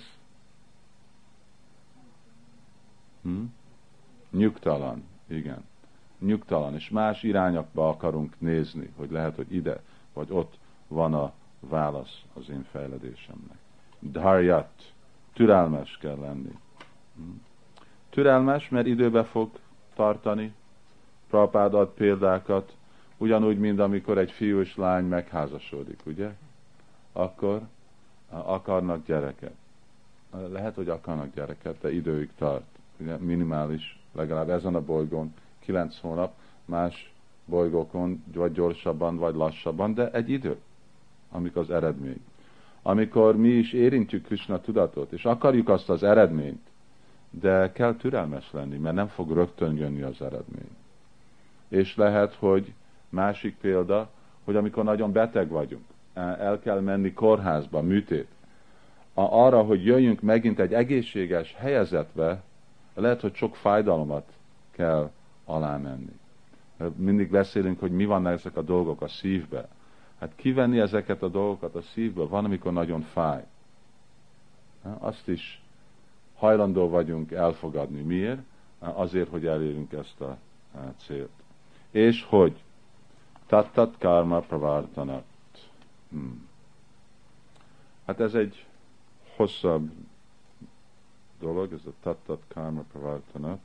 Hm? Nyugtalan, igen. Nyugtalan, és más irányokba akarunk nézni, hogy lehet, hogy ide, vagy ott van a válasz az én fejledésemnek. Dharjat, türelmes kell lenni. Hm? Türelmes, mert időbe fog tartani. Prabhupád ad példákat, ugyanúgy, mint amikor egy fiú és lány megházasodik, ugye? Akkor akarnak gyereket. Lehet, hogy akarnak gyereket, de időig tart. Ugye, minimális, legalább ezen a bolygón kilenc hónap, más bolygókon vagy gyorsabban, vagy lassabban, de egy idő, amikor az eredmény. Amikor mi is érintjük Krishna tudatot, és akarjuk azt az eredményt, de kell türelmes lenni, mert nem fog rögtön jönni az eredmény. És lehet, hogy másik példa, hogy amikor nagyon beteg vagyunk, el kell menni kórházba, műtét. Arra, hogy jöjjünk megint egy egészséges helyezetbe, lehet, hogy sok fájdalmat kell alá menni. Mindig beszélünk, hogy mi vannak ezek a dolgok a szívbe. Hát kivenni ezeket a dolgokat a szívből, van, amikor nagyon fáj. Azt is hajlandó vagyunk elfogadni. Miért? Azért, hogy elérjünk ezt a célt. És hogy? Tattat karma pravartanat. Hmm. Hát ez egy hosszabb dolog, ez a tattat karma pravartanat.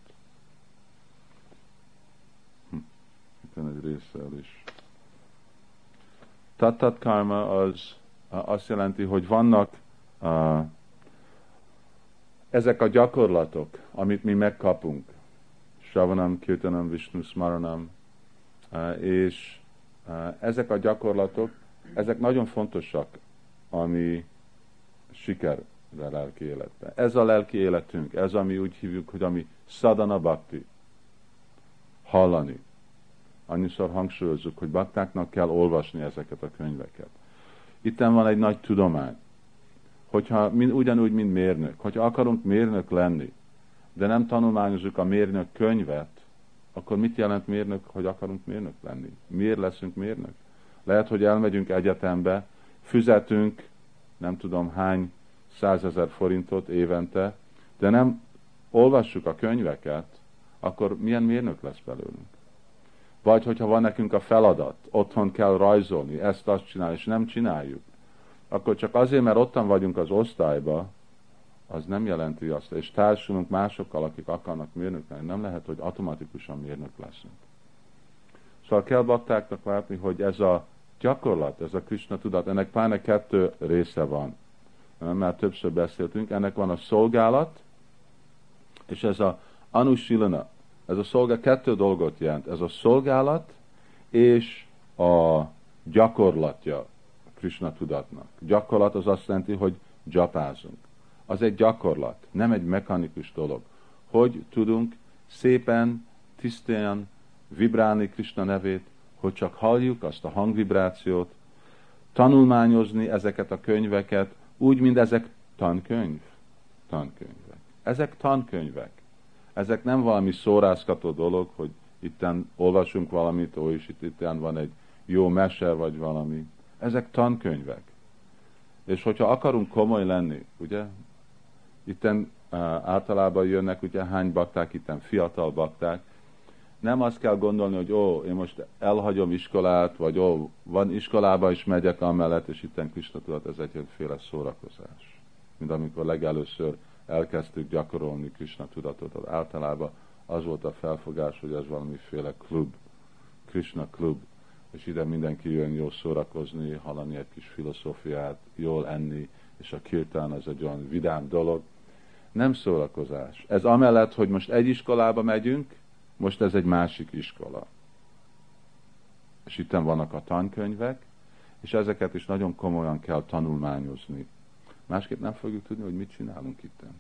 Hm. Itt van egy része el is. Tattat karma az uh, azt jelenti, hogy vannak uh, ezek a gyakorlatok, amit mi megkapunk. Shravanam, Kirtanam, Vishnu Smaranam, uh, és uh, ezek a gyakorlatok, ezek nagyon fontosak, ami sikerre lelki életben. Ez a lelki életünk, ez, ami úgy hívjuk, hogy ami sadhana bhakti. Hallani. Annyiszor hangsúlyozzuk, hogy baktáknak kell olvasni ezeket a könyveket. Itten van egy nagy tudomány, hogyha mind, ugyanúgy, mint mérnök, hogyha akarunk mérnök lenni, de nem tanulmányozzuk a mérnök könyvet, akkor mit jelent mérnök, hogy akarunk mérnök lenni? Miért leszünk mérnök? Lehet, hogy elmegyünk egyetembe, fizetünk, nem tudom hány százezer forintot évente, de nem olvassuk a könyveket, akkor milyen mérnök lesz belőlünk? Vagy hogyha van nekünk a feladat, otthon kell rajzolni, ezt azt csinálni, és nem csináljuk, akkor csak azért, mert ottan vagyunk az osztályba, az nem jelenti azt, és társulunk másokkal, akik akarnak mérnök lenni, nem lehet, hogy automatikusan mérnök leszünk. Szóval kell baktáknak látni, hogy ez a gyakorlat, ez a Krishna tudat, ennek pláne kettő része van. Már többször beszéltünk, ennek van a szolgálat, és ez a anushilana. Ez a szolgálat kettő dolgot jelent. Ez a szolgálat és a gyakorlatja a Krishna tudatnak. Gyakorlat az azt jelenti, hogy japázunk. Az egy gyakorlat, nem egy mechanikus dolog. Hogy tudunk szépen, tisztán vibrálni Krishna nevét, hogy csak halljuk azt a hangvibrációt, tanulmányozni ezeket a könyveket, úgy, mint ezek tankönyv. Tankönyvek. Ezek tankönyvek. Ezek nem valami szórázgató dolog, hogy itten olvasunk valamit, ó, és itt, itten van egy jó mese, vagy valami. Ezek tankönyvek. És hogyha akarunk komoly lenni, ugye, itten uh, általában jönnek, ugye, hány bakták, itten fiatal bakták, nem azt kell gondolni, hogy ó, én most elhagyom iskolát, vagy ó, van iskolába is megyek amellett, és itten Krishna tudat, ez egyféle szórakozás. Mint amikor legelőször elkezdtük gyakorolni Krishna tudatot, általában az volt a felfogás, hogy ez valamiféle klub, Krishna klub, és ide mindenki jön jól szórakozni, hallani egy kis filozófiát, jól enni, és a kirtán az egy olyan vidám dolog. Nem szórakozás. Ez amellett, hogy most egy iskolába megyünk, most ez egy másik iskola. És itten vannak a tankönyvek, és ezeket is nagyon komolyan kell tanulmányozni. Másképp nem fogjuk tudni, hogy mit csinálunk itten.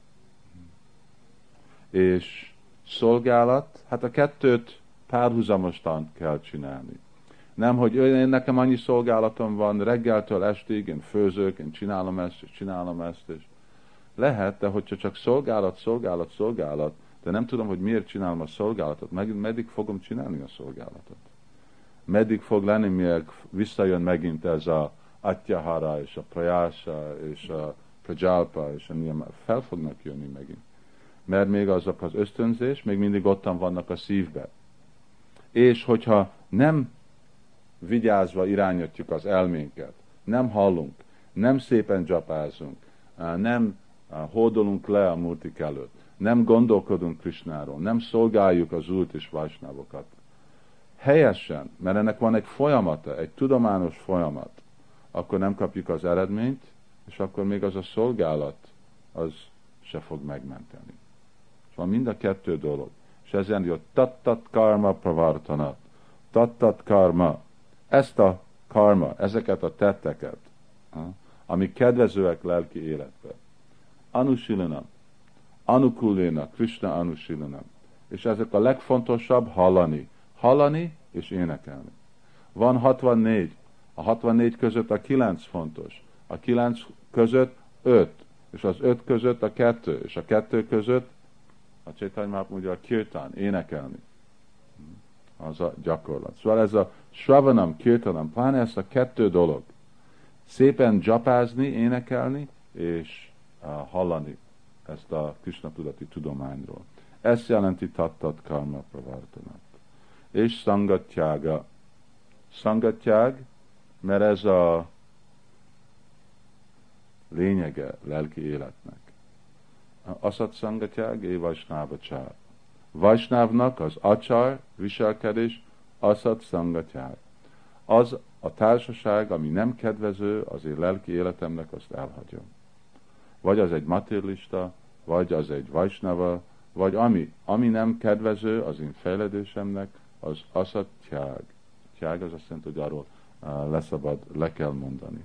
És szolgálat, hát a kettőt párhuzamosan kell csinálni. Nem, hogy én nekem annyi szolgálatom van, reggeltől estig, én főzök, én csinálom ezt, és csinálom ezt, és lehet, de hogyha csak szolgálat, szolgálat, szolgálat, de nem tudom, hogy miért csinálom a szolgálatot, meg, meddig fogom csinálni a szolgálatot. Meddig fog lenni, miért visszajön megint ez a atyahara, és a prayasa, és a prajalpa, és a niyama, fel fognak jönni megint. Mert még azok az ösztönzés, még mindig ottan vannak a szívbe. És hogyha nem vigyázva irányítjuk az elménket, nem hallunk, nem szépen japázunk, nem hódolunk le a murtik előtt, nem gondolkodunk Krishnáról, nem szolgáljuk az Úrt és Vajsnávokat. Helyesen, mert ennek van egy folyamata, egy tudományos folyamat, akkor nem kapjuk az eredményt, és akkor még az a szolgálat, az se fog megmenteni. Szóval mind a kettő dolog. És ezen jött tattat karma pravartanat. Tattat karma. Ezt a karma, ezeket a tetteket, amik kedvezőek lelki életbe. Anushilana, anukulena, Krishna anushilana. És ezek a legfontosabb hallani. Hallani és énekelni. Van hatvannégy. A hatvannégy között a kilenc fontos. A kilenc között öt. És az öt között a kettő. És a kettő között a Chaitanya Mahaprabhu mondja a kirtán, énekelni. Az a gyakorlat. Szóval ez a Shravanam, Kirtanam, pláne ezt a kettő dolog. Szépen japázni, énekelni, és uh, hallani ezt a Krishna tudati tudományról. Ezt jelenti tattat karma pravartanat. És sangatyaga. Sangatyag, mert ez a lényege lelki életnek. Asat Sangatyag é Vajsnavacsár. Vajsnávnak az acsar, viselkedés, Asat Sangatyag. Az a társaság, ami nem kedvező az én lelki életemnek, azt elhagyom. Vagy az egy materialista, vagy az egy vajsnava, vagy ami, ami nem kedvező az én fejledésemnek, az Asat Tyág. Tyág az azt jelenti, hogy arról uh, leszabad, le kell mondani.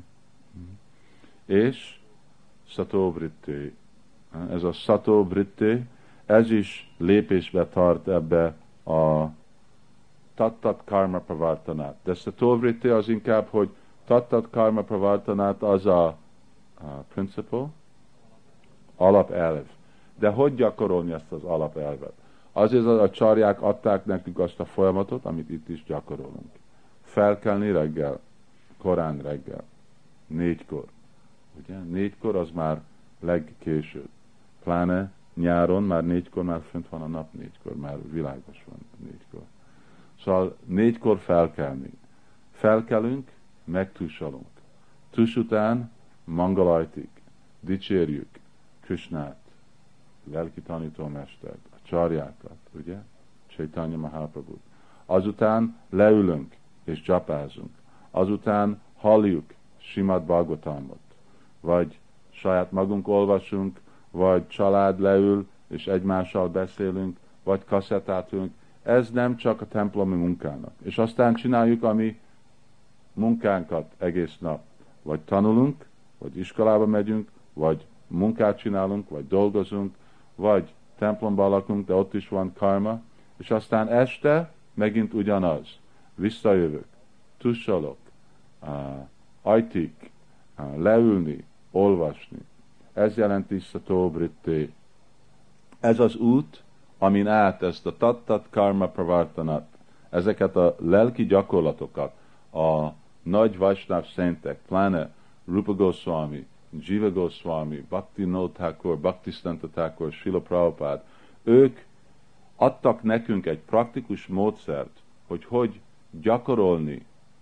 És Sato Vritti. Ez a Sato Vritti, ez is lépésbe tart ebbe a Tattat Karma Pravartanát. De Sato Vritti az inkább, hogy Tattat Karma Pravartanát az a, a principle, alapelv. De hogy gyakorolni ezt az alapelvet? Azért a csarják adták nekünk azt a folyamatot, amit itt is gyakorolunk. Felkelni reggel, korán reggel, négykor. Ugye? Négykor az már legkésőbb. Pláne nyáron már négykor, már fönt van a nap négykor, már világos van négykor. Szóval négykor felkelni. Felkelünk, megtusolunk. Tus után mangalajtik, dicsérjük Krishnát, lelki tanítómestert, a csarjákat, ugye? Chaitanya Mahaprabhut. Azután leülünk és dzsapázunk. Azután halljuk Simad Bhagavatamot. Vagy saját magunk olvasunk, vagy család leül és egymással beszélünk, vagy kaszettát ülünk. Ez nem csak a templomi munkának. És aztán csináljuk a mi munkánkat egész nap. Vagy tanulunk, vagy iskolába megyünk, vagy munkát csinálunk, vagy dolgozunk, vagy templomba lakunk, de ott is van karma, és aztán este megint ugyanaz. Visszajövök, tussolok, uh, ajtik, uh, leülni, olvasni. Ez jelenti Sato Vritti. Ez az út, amin át ezt a Tattat Karma Pravartanat, ezeket a lelki gyakorlatokat, a nagy Vajsnáv szentek, pláne Rupa Goswami, Jiva Goswami, Bhaktivinoda Thakur, Bhaktisiddhanta Thakur, Srila Prabhupada, ők adtak nekünk egy praktikus módszert, hogy hogy gyakorolni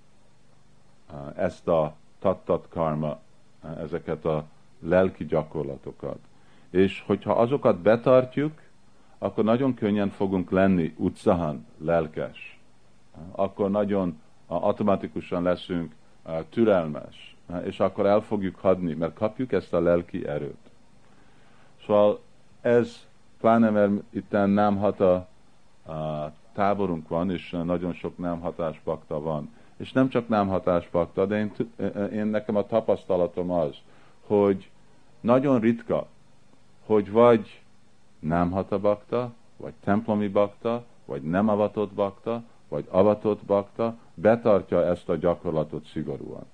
ezt a tattat karma, ezeket a lelki gyakorlatokat. És hogyha azokat betartjuk, akkor nagyon könnyen fogunk lenni utcahan, lelkes. Akkor nagyon automatikusan leszünk türelmes, és akkor el fogjuk hagyni, mert kapjuk ezt a lelki erőt. Szóval ez, pláne mert itt nem hata táborunk van, és nagyon sok nem hatás bakta van. És nem csak nem hatás bakta, de én, én nekem a tapasztalatom az, hogy nagyon ritka, hogy vagy nem hata bakta, vagy templomi bakta, vagy nem avatott bakta, vagy avatott bakta, betartja ezt a gyakorlatot szigorúan.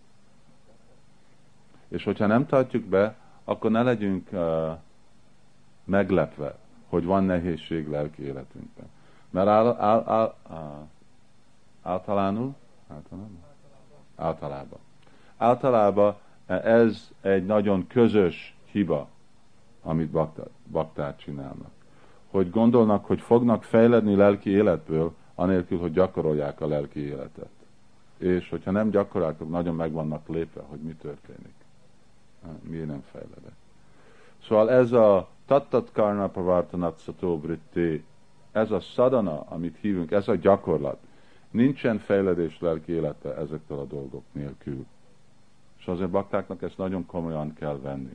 És hogyha nem tartjuk be, akkor ne legyünk uh, meglepve, hogy van nehézség lelki életünkben. Mert áll, áll, áll, áll, általánul, általában, általában, általában ez egy nagyon közös hiba, amit baktát, baktát csinálnak. Hogy gondolnak, hogy fognak fejledni lelki életből, anélkül, hogy gyakorolják a lelki életet. És hogyha nem gyakorolják, akkor nagyon meg vannak lépve, hogy mi történik. Miért nem fejledek. Szóval ez a Tattat Karma Pravartanat Sato Vritti, ez a sadhana, amit hívunk, ez a gyakorlat. Nincsen fejledés lelki élete ezektől a dolgok nélkül. És azért baktáknak ezt nagyon komolyan kell venni.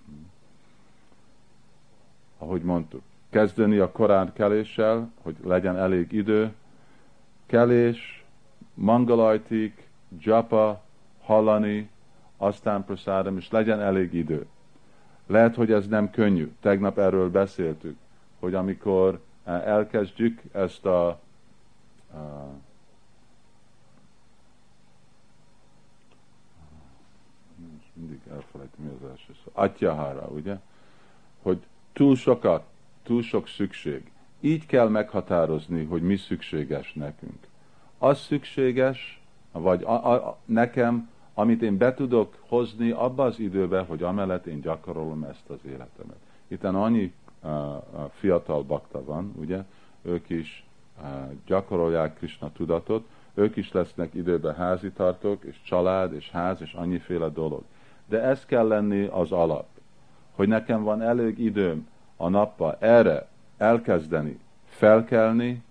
Ahogy mondtuk, kezdeni a korán keléssel, hogy legyen elég idő, kelés, mangalajtik, japa, hallani, aztán prasádam, és legyen elég idő. Lehet, hogy ez nem könnyű. Tegnap erről beszéltük, hogy amikor elkezdjük ezt a, a mindig elfelejtem, mi az első szó. Atyahara, ugye? Hogy túl sokat, túl sok szükség. Így kell meghatározni, hogy mi szükséges nekünk. Az szükséges, vagy a, a, nekem, amit én be tudok hozni abba az időbe, hogy amellett én gyakorolom ezt az életemet. Itten annyi uh, fiatal bakta van, ugye? Ők is uh, gyakorolják Krishna tudatot, ők is lesznek időben házitartók, és család, és ház, és annyiféle dolog. De ez kell lenni az alap, hogy nekem van elég időm a nappal erre elkezdeni felkelni,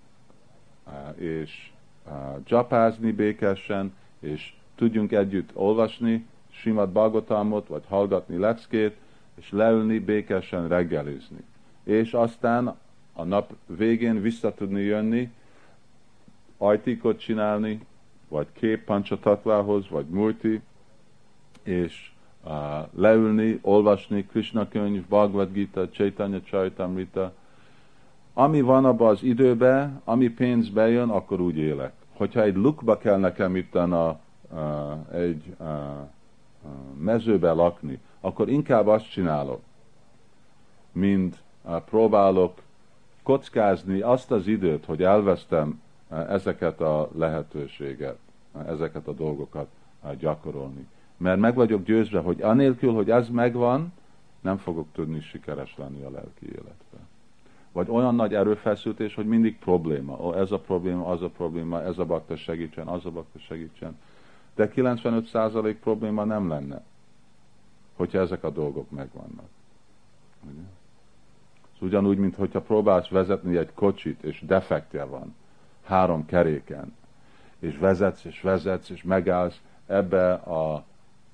és dzsapázni békésen, és tudjunk együtt olvasni Simad Bhagavatamot, vagy hallgatni leckét, és leülni békésen reggelizni. És aztán a nap végén vissza tudni jönni, ajtikot csinálni, vagy kép pancsatatvához, vagy multi, és uh, leülni, olvasni Krishna könyv, Bhagavad Gita, Chaitanya Charitamrita. Ami van abban az időben, ami pénz bejön, akkor úgy élek. Hogyha egy lukba kell nekem itt a, uh, egy uh, uh, mezőbe lakni, akkor inkább azt csinálok, mint uh, próbálok kockázni azt az időt, hogy elvesztem uh, ezeket a lehetőséget, uh, ezeket a dolgokat uh, gyakorolni. Mert meg vagyok győzve, hogy anélkül, hogy ez megvan, nem fogok tudni sikeres lenni a lelki életben. Vagy olyan nagy erőfeszültés, hogy mindig probléma. Ó, ez a probléma, az a probléma, ez a bakta segítsen, az a bakta segítsen. De kilencvenöt százalék probléma nem lenne, hogyha ezek a dolgok megvannak. Ugye? Ez ugyanúgy, mint hogyha próbálsz vezetni egy kocsit, és defektje van három keréken, és vezetsz, és vezetsz, és megállsz ebbe a, a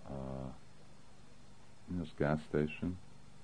mi az gas station?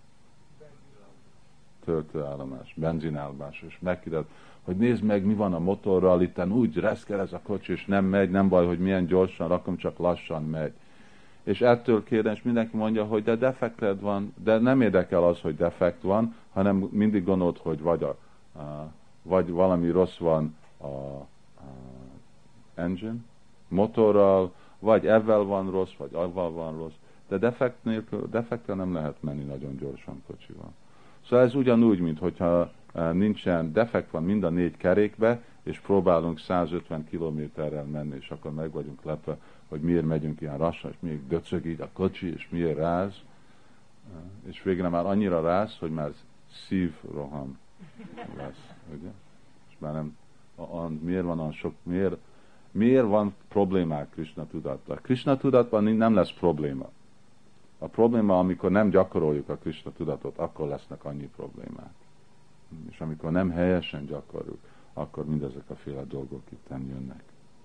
Töltőállomás, benzinállomás, és megkérdez, hogy nézd meg, mi van a motorral, itten úgy reszkel ez a kocsi, és nem megy, nem baj, hogy milyen gyorsan rakom, csak lassan megy. És ettől kérdez, és mindenki mondja, hogy de defekted van, de nem érdekel az, hogy defekt van, hanem mindig gondolod, hogy vagy, a, a, vagy valami rossz van a, a engine, motorral, vagy ebben van rossz, vagy avval van rossz, de defekt nélkül, defektel nem lehet menni nagyon gyorsan kocsival. Szóval ez ugyanúgy, mint hogyha nincsen defekt van mind a négy kerékbe, és próbálunk százötven kilométerrel menni, és akkor meg vagyunk lepve, hogy miért megyünk ilyen lassan, és miért döcög így a kocsi, és miért ráz. És végre már annyira ráz, hogy már szívroham lesz, ugye? És már nem, a, a, miért van olyan sok, miért, miért van problémák Krishna tudatban? Krishna tudatban nem lesz probléma. A probléma, amikor nem gyakoroljuk a Krishna tudatot, akkor lesznek annyi problémák. És amikor nem helyesen gyakoroljuk, akkor mindezek a féle dolgok itt jönnek.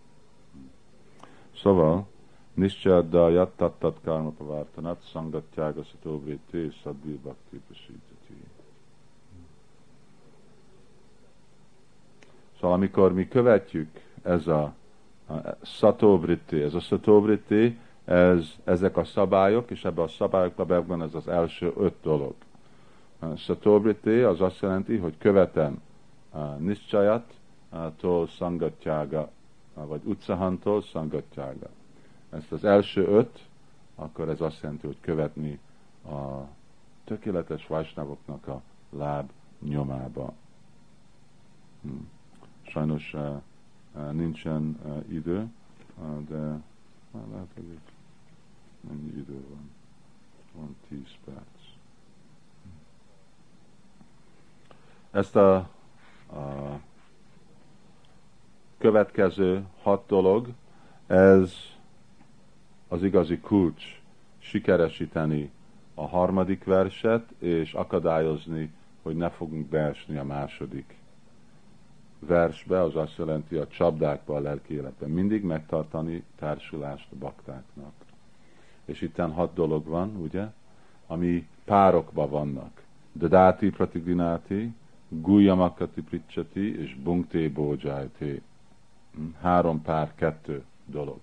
Szóval, Nischadda jattattat karma pavártanat, sangatjága szatóvrité, szadvír bhakti prasítati. Szóval, amikor mi követjük ez a, a szatóvrité, ez a szatóvrité, Ez, ezek a szabályok, és ebben a szabályokban benne ez az első öt dolog. Szatóvrité az azt jelenti, hogy követem uh, niszcsajat-tól szangatjága, uh, vagy utcahantól szangatjága. Ezt az első öt, akkor ez azt jelenti, hogy követni a tökéletes vajsnavoknak a láb nyomába. Hmm. Sajnos uh, uh, nincsen uh, idő, uh, de uh, lehet, hogy itt mennyi idő van? Van tíz perc. Ezt a, a következő hat dolog, ez az igazi kulcs, sikeresíteni a harmadik verset, és akadályozni, hogy ne fogunk beesni a második versbe, az azt jelenti a csapdákba a lelki életben. Mindig megtartani társulást a baktáknak. És itten hat dolog van, ugye, ami párokban vannak. Dadati pratigrinati, guyamakati pricsati, és bungté bójájté. Három pár, kettő dolog.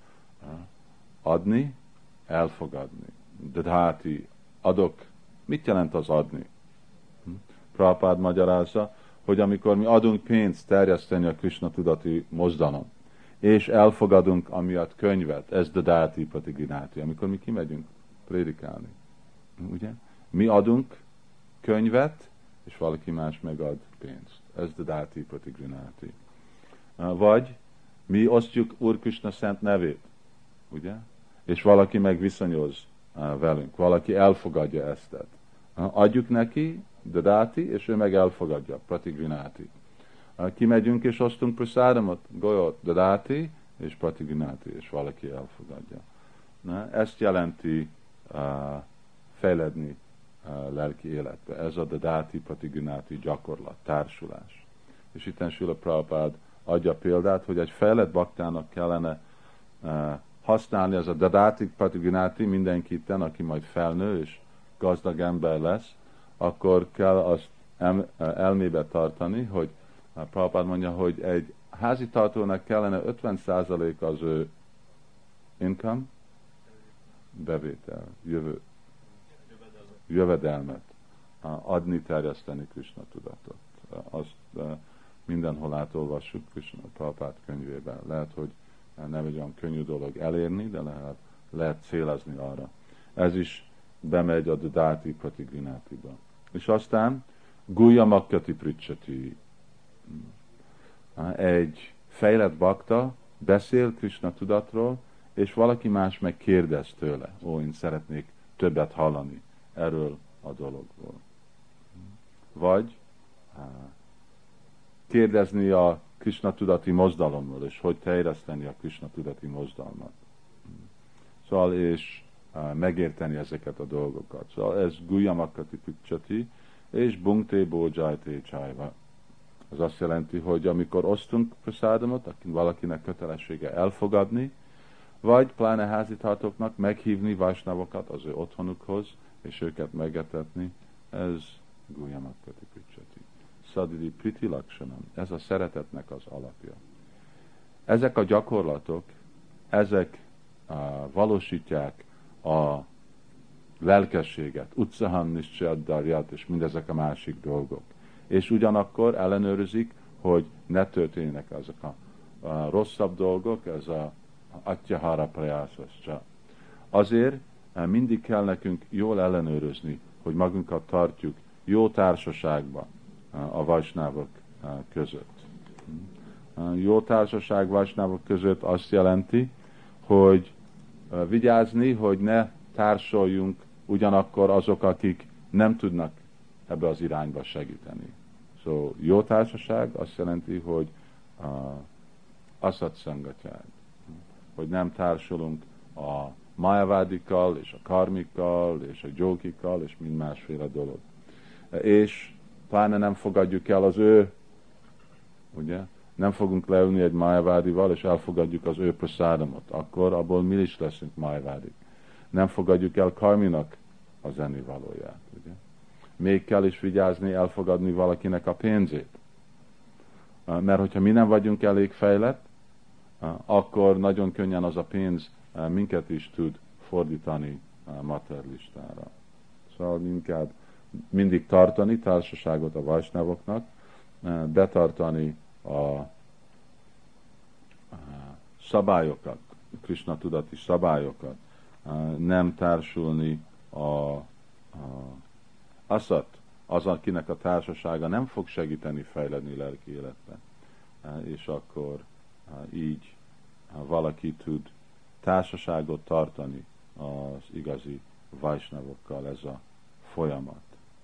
Adni, elfogadni. Dadati, adok. Mit jelent az adni? Prabhupád magyarázza, hogy amikor mi adunk pénzt terjeszteni a Krishna tudati mozdalom, és elfogadunk amiatt könyvet, ez dadati pratigrinati, amikor mi kimegyünk prédikálni. Ugye? Mi adunk könyvet, és valaki más megad pénzt. Ez dadati pratigrinati. Vagy mi osztjuk Úr Krishna szent nevét, ugye? És valaki meg viszonyoz velünk, valaki elfogadja ezt. Adjuk neki, dadati, és ő meg elfogadja, pratigrinati. Kimegyünk és osztunk prasadamot, golyót, dadati, és pratigrinati, és valaki elfogadja. Na, ezt jelenti uh, fejledni lelki életbe. Ez a Dadati Patigunati gyakorlat, társulás. És itten Srila Prabhupád adja példát, hogy egy fejlett baktának kellene uh, használni az a Dadati Patigunati mindenki itten, aki majd felnő és gazdag ember lesz, akkor kell azt el, elmébe tartani, hogy uh, Prabhupád mondja, hogy egy házitartónak kellene ötven százalék az ő income, bevétel, jövő, jövedelmet adni, terjeszteni Krishna tudatot. Azt mindenhol átolvassuk Krishna Prabhupád könyvében. Lehet, hogy nem egy olyan könnyű dolog elérni, de lehet, lehet célozni arra. Ez is bemegy a Dadati Patigunatiba. És aztán Guya Makkati Pricsati. Egy fejlett bakta beszél Krishna tudatról, és valaki más meg kérdez tőle. Ó, én szeretnék többet hallani erről a dologról. Vagy kérdezni a Krishna tudati mozdalomról, és hogy terjeszteni a Krishna tudati mozdalmat. Szóval, és megérteni ezeket a dolgokat. Szóval ez Guya Makkati Pricsati, és Bhungte Bhojajte Chaiva. Az azt jelenti, hogy amikor osztunk praszádomot, aki valakinek kötelessége elfogadni, vagy pláne házitartóknak meghívni vajsnavokat az ő otthonukhoz, és őket megetetni, ez Guya Makkati Pricsati. Sadidi Priti Lakshanam, ez a szeretetnek az alapja. Ezek a gyakorlatok, ezek uh, valósítják a lelkességet, Utsahan Nischayaddarjat, és mindezek a másik dolgok. És ugyanakkor ellenőrzik, hogy ne történjenek azok a, a rosszabb dolgok, ez a Atyahara Prayasascha. Azért mindig kell nekünk jól ellenőrizni, hogy magunkat tartjuk jó társaságban a vajsnávok között. Jó társaság vajsnávok között azt jelenti, hogy vigyázni, hogy ne társuljunk ugyanakkor azok, akik nem tudnak ebbe az irányba segíteni. Szóval jó társaság azt jelenti, hogy uh, aszat szangatját, hogy nem társulunk a majavádikkal, és a karmikkal, és a jókikkal, és mind másféle dolog. És pláne nem fogadjuk el az ő, ugye, nem fogunk leülni egy majavádival, és elfogadjuk az ő praszádomot, akkor abból mi is leszünk majavádik. Nem fogadjuk el karminak a zenivalóját, ugye. Még kell is vigyázni, elfogadni valakinek a pénzét. Mert hogyha mi nem vagyunk elég fejlett, akkor nagyon könnyen az a pénz minket is tud fordítani materialistára. Szóval inkább mindig tartani társaságot a vajsnavoknak, betartani a szabályokat, Krishna tudati szabályokat, nem társulni a, a aszat, az, akinek a társasága nem fog segíteni fejledni lelki életben. És akkor így valaki tud társaságot tartani az igazi vajsnavokkal, ez a folyamat.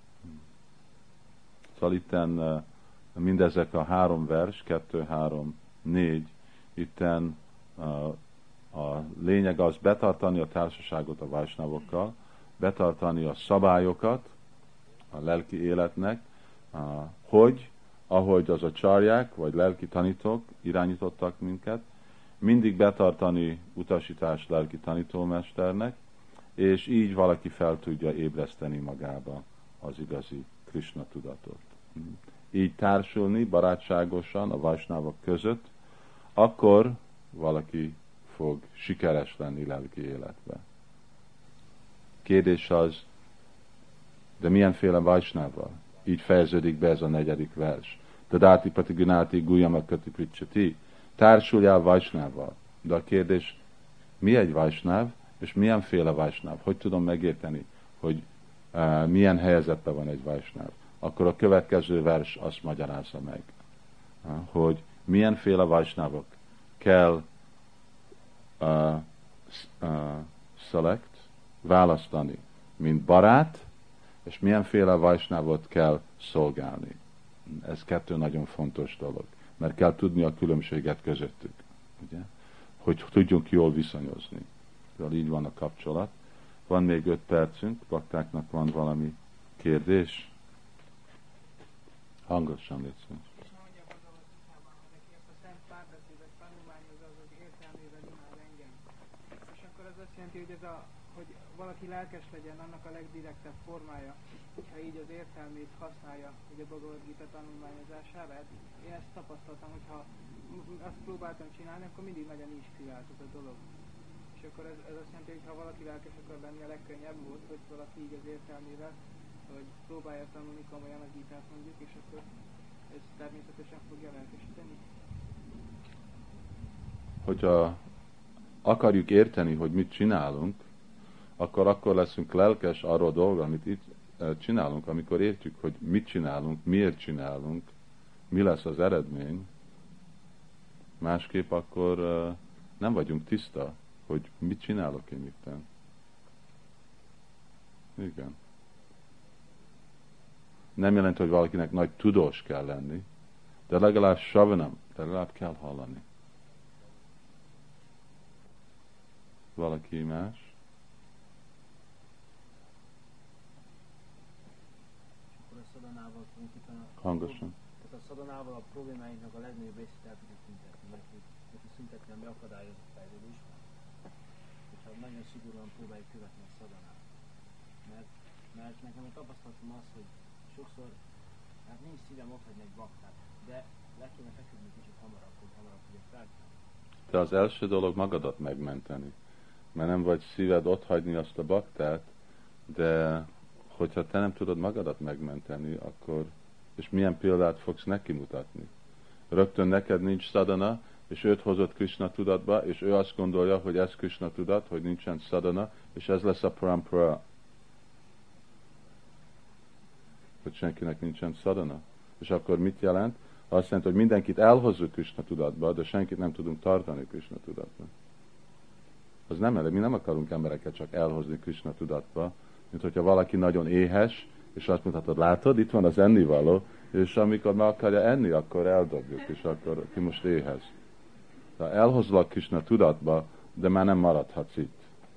Szóval itten mindezek a három vers, kettő, három, négy, itten a lényeg az betartani a társaságot a vajsnavokkal, betartani a szabályokat a lelki életnek, hogy ahogy az a csarják, vagy lelki tanítók irányítottak minket, mindig betartani utasítást lelki tanítómesternek, és így valaki fel tudja ébreszteni magába az igazi Krishna tudatot. Így társulni barátságosan a vajsnávok között, akkor valaki fog sikeres lenni lelki életbe. Kérdés az, de milyenféle vajsnával? Így fejeződik be ez a negyedik vers. Dadati Patigunati Guya Makkati Pricsati. Társuljál vajsnával. De a kérdés, mi egy vajsnáv, és milyenféle vajsnáv? Hogy tudom megérteni, hogy uh, milyen helyzetben van egy vajsnáv? Akkor a következő vers azt magyarázza meg, uh, hogy milyenféle vajsnávok kell uh, uh, select, választani, mint barát, és milyenféle vajsnávot kell szolgálni. Ez kettő nagyon fontos dolog, mert kell tudni a különbséget közöttük, ugye? Hogy tudjunk jól viszonyozni. Szóval így van a kapcsolat. Van még öt percünk, baktáknak van valami Kérdés? Hangosan légy szíves. És mondja Bhagavad-gítában, hogy neki ezt a szent párbeszédet tanulmányozza, az az értelmével imád engem. És akkor az azt jelenti, hogy, ez a, hogy valaki lelkes legyen, annak a legdirektebb formája, hogyha így az értelmét használja ugye a Bhagavad-gita tanulmányozására. Hát én ezt tapasztaltam, hogyha azt próbáltam csinálni, akkor mindig nagyon inspirált ez a dolog. És akkor ez, ez azt jelenti, hogy ha valaki lelkes akar lenni, a legkönnyebb volt, hogy valaki így az értelmével, hogy próbálja tanulni komolyan a gitát mondjuk, és akkor ez természetesen fogja lelkesíteni. Hogyha akarjuk érteni, hogy mit csinálunk, akkor akkor leszünk lelkes arról a dolgról, amit itt csinálunk, amikor értjük, hogy mit csinálunk, miért csinálunk, mi lesz az eredmény. Másképp akkor nem vagyunk tiszta, hogy mit csinálok én itten. Igen. Nem jelent, hogy valakinek nagy tudós kell lenni, de legalább savanam, de legalább kell hallani. Valaki más? Akkor a szadanával tulajdonképpen a, Hangosan. tehát a szadanával a problémáinknak a legnagyobb részét el tudjuk szüntetni, mert hogy neki szüntetni, ami akadályozza a fejlődést. Hogyha nagyon szigorúan próbáljuk követni a szadanát. Mert, mert nekem a tapasztalatom az, hogy sokszor, hát nincs szívem ott hagyni egy baktát, de le kéne feküdni kicsit hamarabb, hogy hamarabb tudjak felkelni. De az első dolog magadat megmenteni. Mert nem vagy szíved ott hagyni azt a baktát, de hogyha te nem tudod magadat megmenteni, akkor, és milyen példát fogsz neki mutatni? Rögtön neked nincs szadana, és őt hozott Krishna tudatba, és ő azt gondolja, hogy ez Krishna tudat, hogy nincsen szadana, és ez lesz a parampara. Hogy senkinek nincsen szadana. És akkor mit jelent? Azt jelenti, hogy mindenkit elhozzuk Krishna tudatba, de senkit nem tudunk tartani Krishna tudatba. Az nem elég. Mi nem akarunk embereket csak elhozni Krishna tudatba, mint hogyha valaki nagyon éhes, és azt mondhatod, látod, itt van az ennivaló, és amikor meg akarja enni, akkor eldobjuk, és akkor ki most éhez. Tehát elhozlak Krishna tudatba, de már nem maradhatsz itt.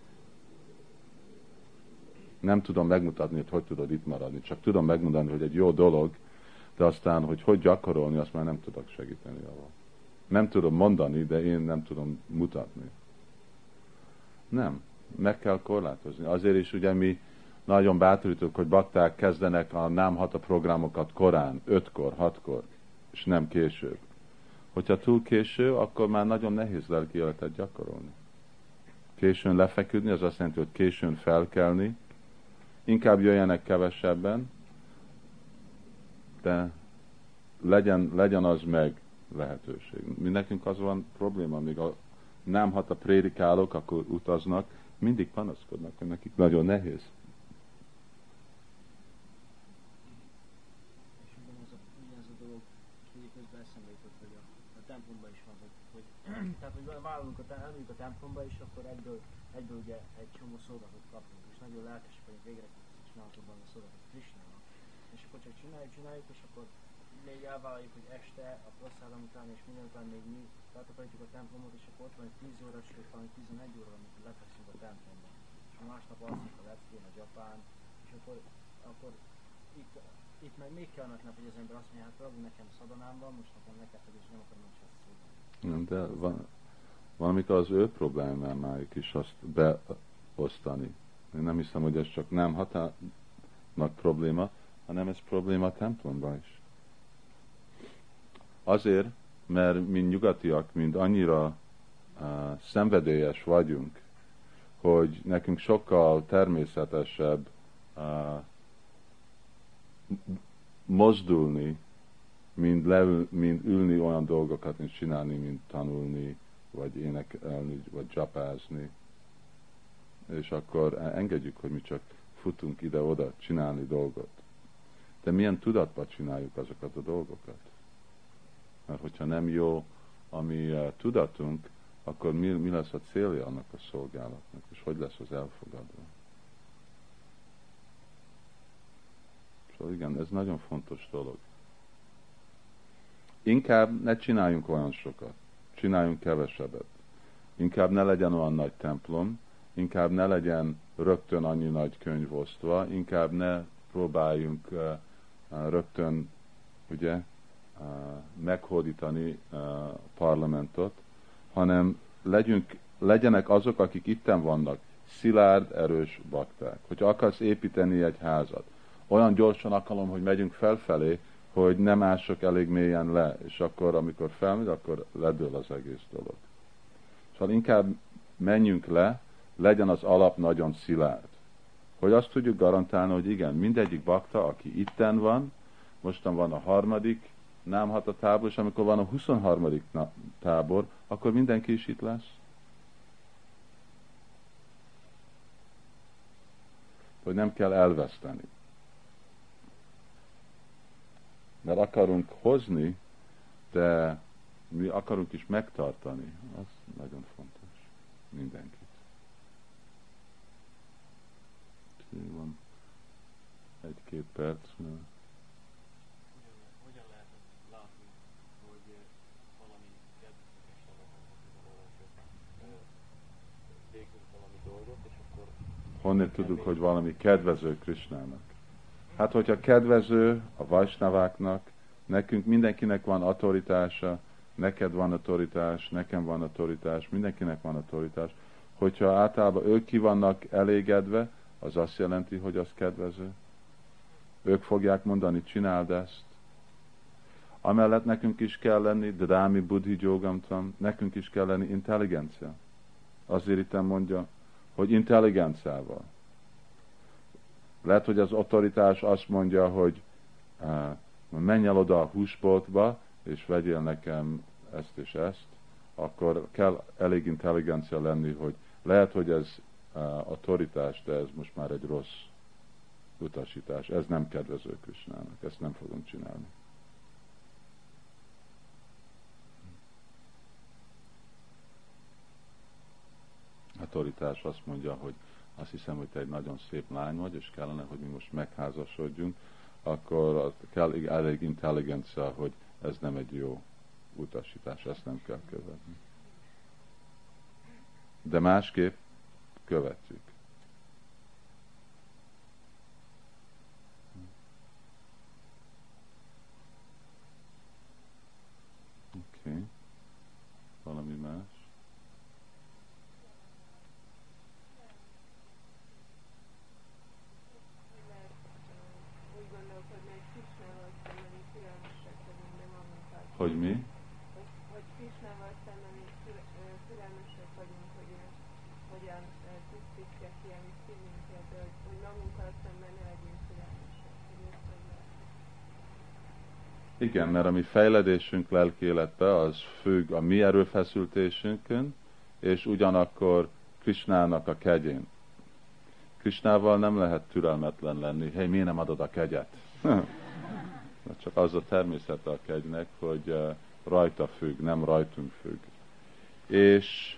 Nem tudom megmutatni, hogy hogy tudod itt maradni, csak tudom megmondani, hogy egy jó dolog, de aztán, hogy hogy gyakorolni, azt már nem tudok segíteni avval. Nem tudom mondani, de én nem tudom mutatni. Nem. Meg kell korlátozni. Azért is ugye mi nagyon bátorítunk, hogy bakták kezdenek a námhata programokat korán, ötkor, hatkor, és nem később. Hogyha túl késő, akkor már nagyon nehéz lelki életet gyakorolni. Későn lefeküdni, az azt jelenti, hogy későn felkelni, inkább jöjjenek kevesebben, de legyen, legyen az meg lehetőség. Mi nekünk az van probléma, még a nem hat a prédikálók, akkor utaznak, mindig panaszkodnak, hogy nekik nagyon nehéz. És ugyanaz a, ugyanaz a dolog, hogy közben eszembe jutott, hogy a, a templomban is van, hogy, hogy tehát, hogy vállalunk a, elmegyünk a templomba, és akkor egyből, egyből ugye egy csomó szolgatot kapunk, és nagyon lelkesek vagyunk, végre csinálhatunk valami szolgatot Krishnával. És akkor csak csináljuk, csináljuk, és akkor még elvállaljuk, hogy este, a proszállam után és minden után még mi látogatjuk a templomot, és akkor ott van egy tíz óra, sőt valami tizenegy óra, amikor lefekszünk a templomban. És a másnap alszunk a lepkén, a Japán, és akkor, akkor itt, itt meg még kell annak, hogy az ember azt mondja, hát Prabhu, nekem szadanám van, most nekem neked, és nem akarom is ezt szólni. Nem, de van, valamikor az ő problémájuk is azt beosztani. Én nem hiszem, hogy ez csak nem hatának probléma, hanem ez probléma a templomban is. Azért, mert mi nyugatiak, mind annyira uh, szenvedélyes vagyunk, hogy nekünk sokkal természetesebb uh, mozdulni, mint, leül, mint ülni olyan dolgokat, mint csinálni, mint tanulni, vagy énekelni, vagy japázni. És akkor engedjük, hogy mi csak futunk ide-oda csinálni dolgot. De milyen tudatban csináljuk azokat a dolgokat? Mert hogyha nem jó a mi uh, tudatunk, akkor mi, mi lesz a célja annak a szolgálatnak, és hogy lesz az elfogadva. Szóval igen, ez nagyon fontos dolog. Inkább ne csináljunk olyan sokat, csináljunk kevesebbet. Inkább ne legyen olyan nagy templom, inkább ne legyen rögtön annyi nagy könyv osztva, inkább ne próbáljunk uh, uh, rögtön ugye, uh, meghódítani a uh, parlamentot, hanem legyünk, legyenek azok, akik itten vannak, szilárd, erős bakták. Hogyha akarsz építeni egy házat, olyan gyorsan akarom, hogy megyünk felfelé, hogy nem ássok elég mélyen le, és akkor, amikor felmegy, akkor ledől az egész dolog. Szóval inkább menjünk le, legyen az alap nagyon szilárd. Hogy azt tudjuk garantálni, hogy igen, mindegyik bakta, aki itten van, mostan van a harmadik námhata tábor, és amikor van a huszonharmadik tábor, akkor mindenki is itt lesz. Hogy nem kell elveszteni. Mert akarunk hozni, de mi akarunk is megtartani. Az nagyon fontos. Mindenkit. Van egy-két perc. Hogyan, hogyan lehet látni, hogy valami kedves végzünk valami dolgot, és akkor... Honnan tudjuk, hogy valami kedvező Krisnának? Hát, hogyha kedvező a vajsnaváknak, nekünk mindenkinek van autoritása, neked van autoritás, nekem van autoritás, mindenkinek van autoritás. Hogyha általában ők ki vannak elégedve, az azt jelenti, hogy az kedvező. Ők fogják mondani, csináld ezt. Amellett nekünk is kell lenni, Dadami Buddhi Jogamtam, nekünk is kell lenni intelligencia. Azért itt mondja, hogy intelligenciával. Lehet, hogy az autoritás azt mondja, hogy uh, menj el oda a húsboltba, és vegyél nekem ezt és ezt, akkor kell elég intelligencia lenni, hogy lehet, hogy ez uh, autoritás, de ez most már egy rossz utasítás. Ez nem kedvező Krisnának, ezt nem fogom csinálni. Autoritás azt mondja, hogy azt hiszem, hogy te egy nagyon szép lány vagy, és kellene, hogy mi most megházasodjunk, akkor kell elég intelligencia, hogy ez nem egy jó utasítás, ezt nem kell követni. De másképp követjük. Oké. Okay. Valami más? Hogy mi? Hogy, hogy Krisnával szemben is türelmesek vagyunk, hogy ő hogyan tisztítja ki a mi szívünket, de hogy, hogy magunkkal szemben ne legyünk türelmesek. Igen, mert a mi fejledésünk lelki életbe az függ a mi erőfeszültésünkön, és ugyanakkor Krisnának a kegyén. Krisnával nem lehet türelmetlen lenni, hey, miért nem adod a kegyet? Csak az a természete a kegynek, hogy rajta függ, nem rajtunk függ. És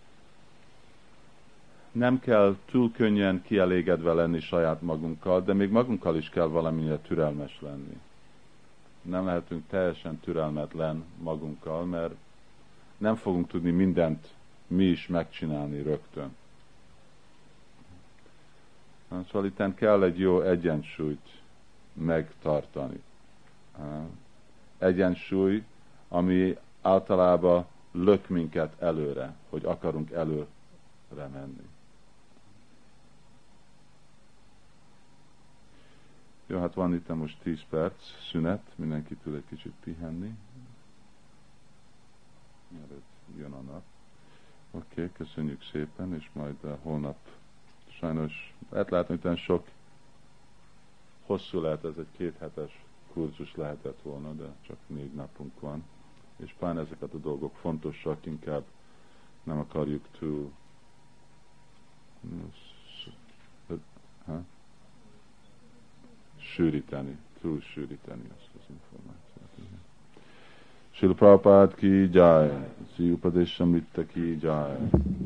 nem kell túl könnyen kielégedve lenni saját magunkkal, de még magunkkal is kell valamilyen türelmes lenni. Nem lehetünk teljesen türelmetlen magunkkal, mert nem fogunk tudni mindent mi is megcsinálni rögtön. Szóval itt kell egy jó egyensúlyt megtartani. Egyensúly, ami általában lök minket előre, hogy akarunk előre menni. Jó, hát van itt most tíz perc szünet, mindenki tud egy kicsit pihenni. Mielőtt jön a nap. Oké, okay, köszönjük szépen, és majd uh, holnap sajnos, lehet látni, hogy sok hosszú lehet, ez egy kéthetes kurzus lehetett volna, de csak négy napunk van. És pláne ezeket a dolgok fontosak, inkább nem akarjuk túl ha? sűríteni, túl sűríteni azt az információt. Srila Prabhupada ki jai, Sri Upadeshamrita ki jai.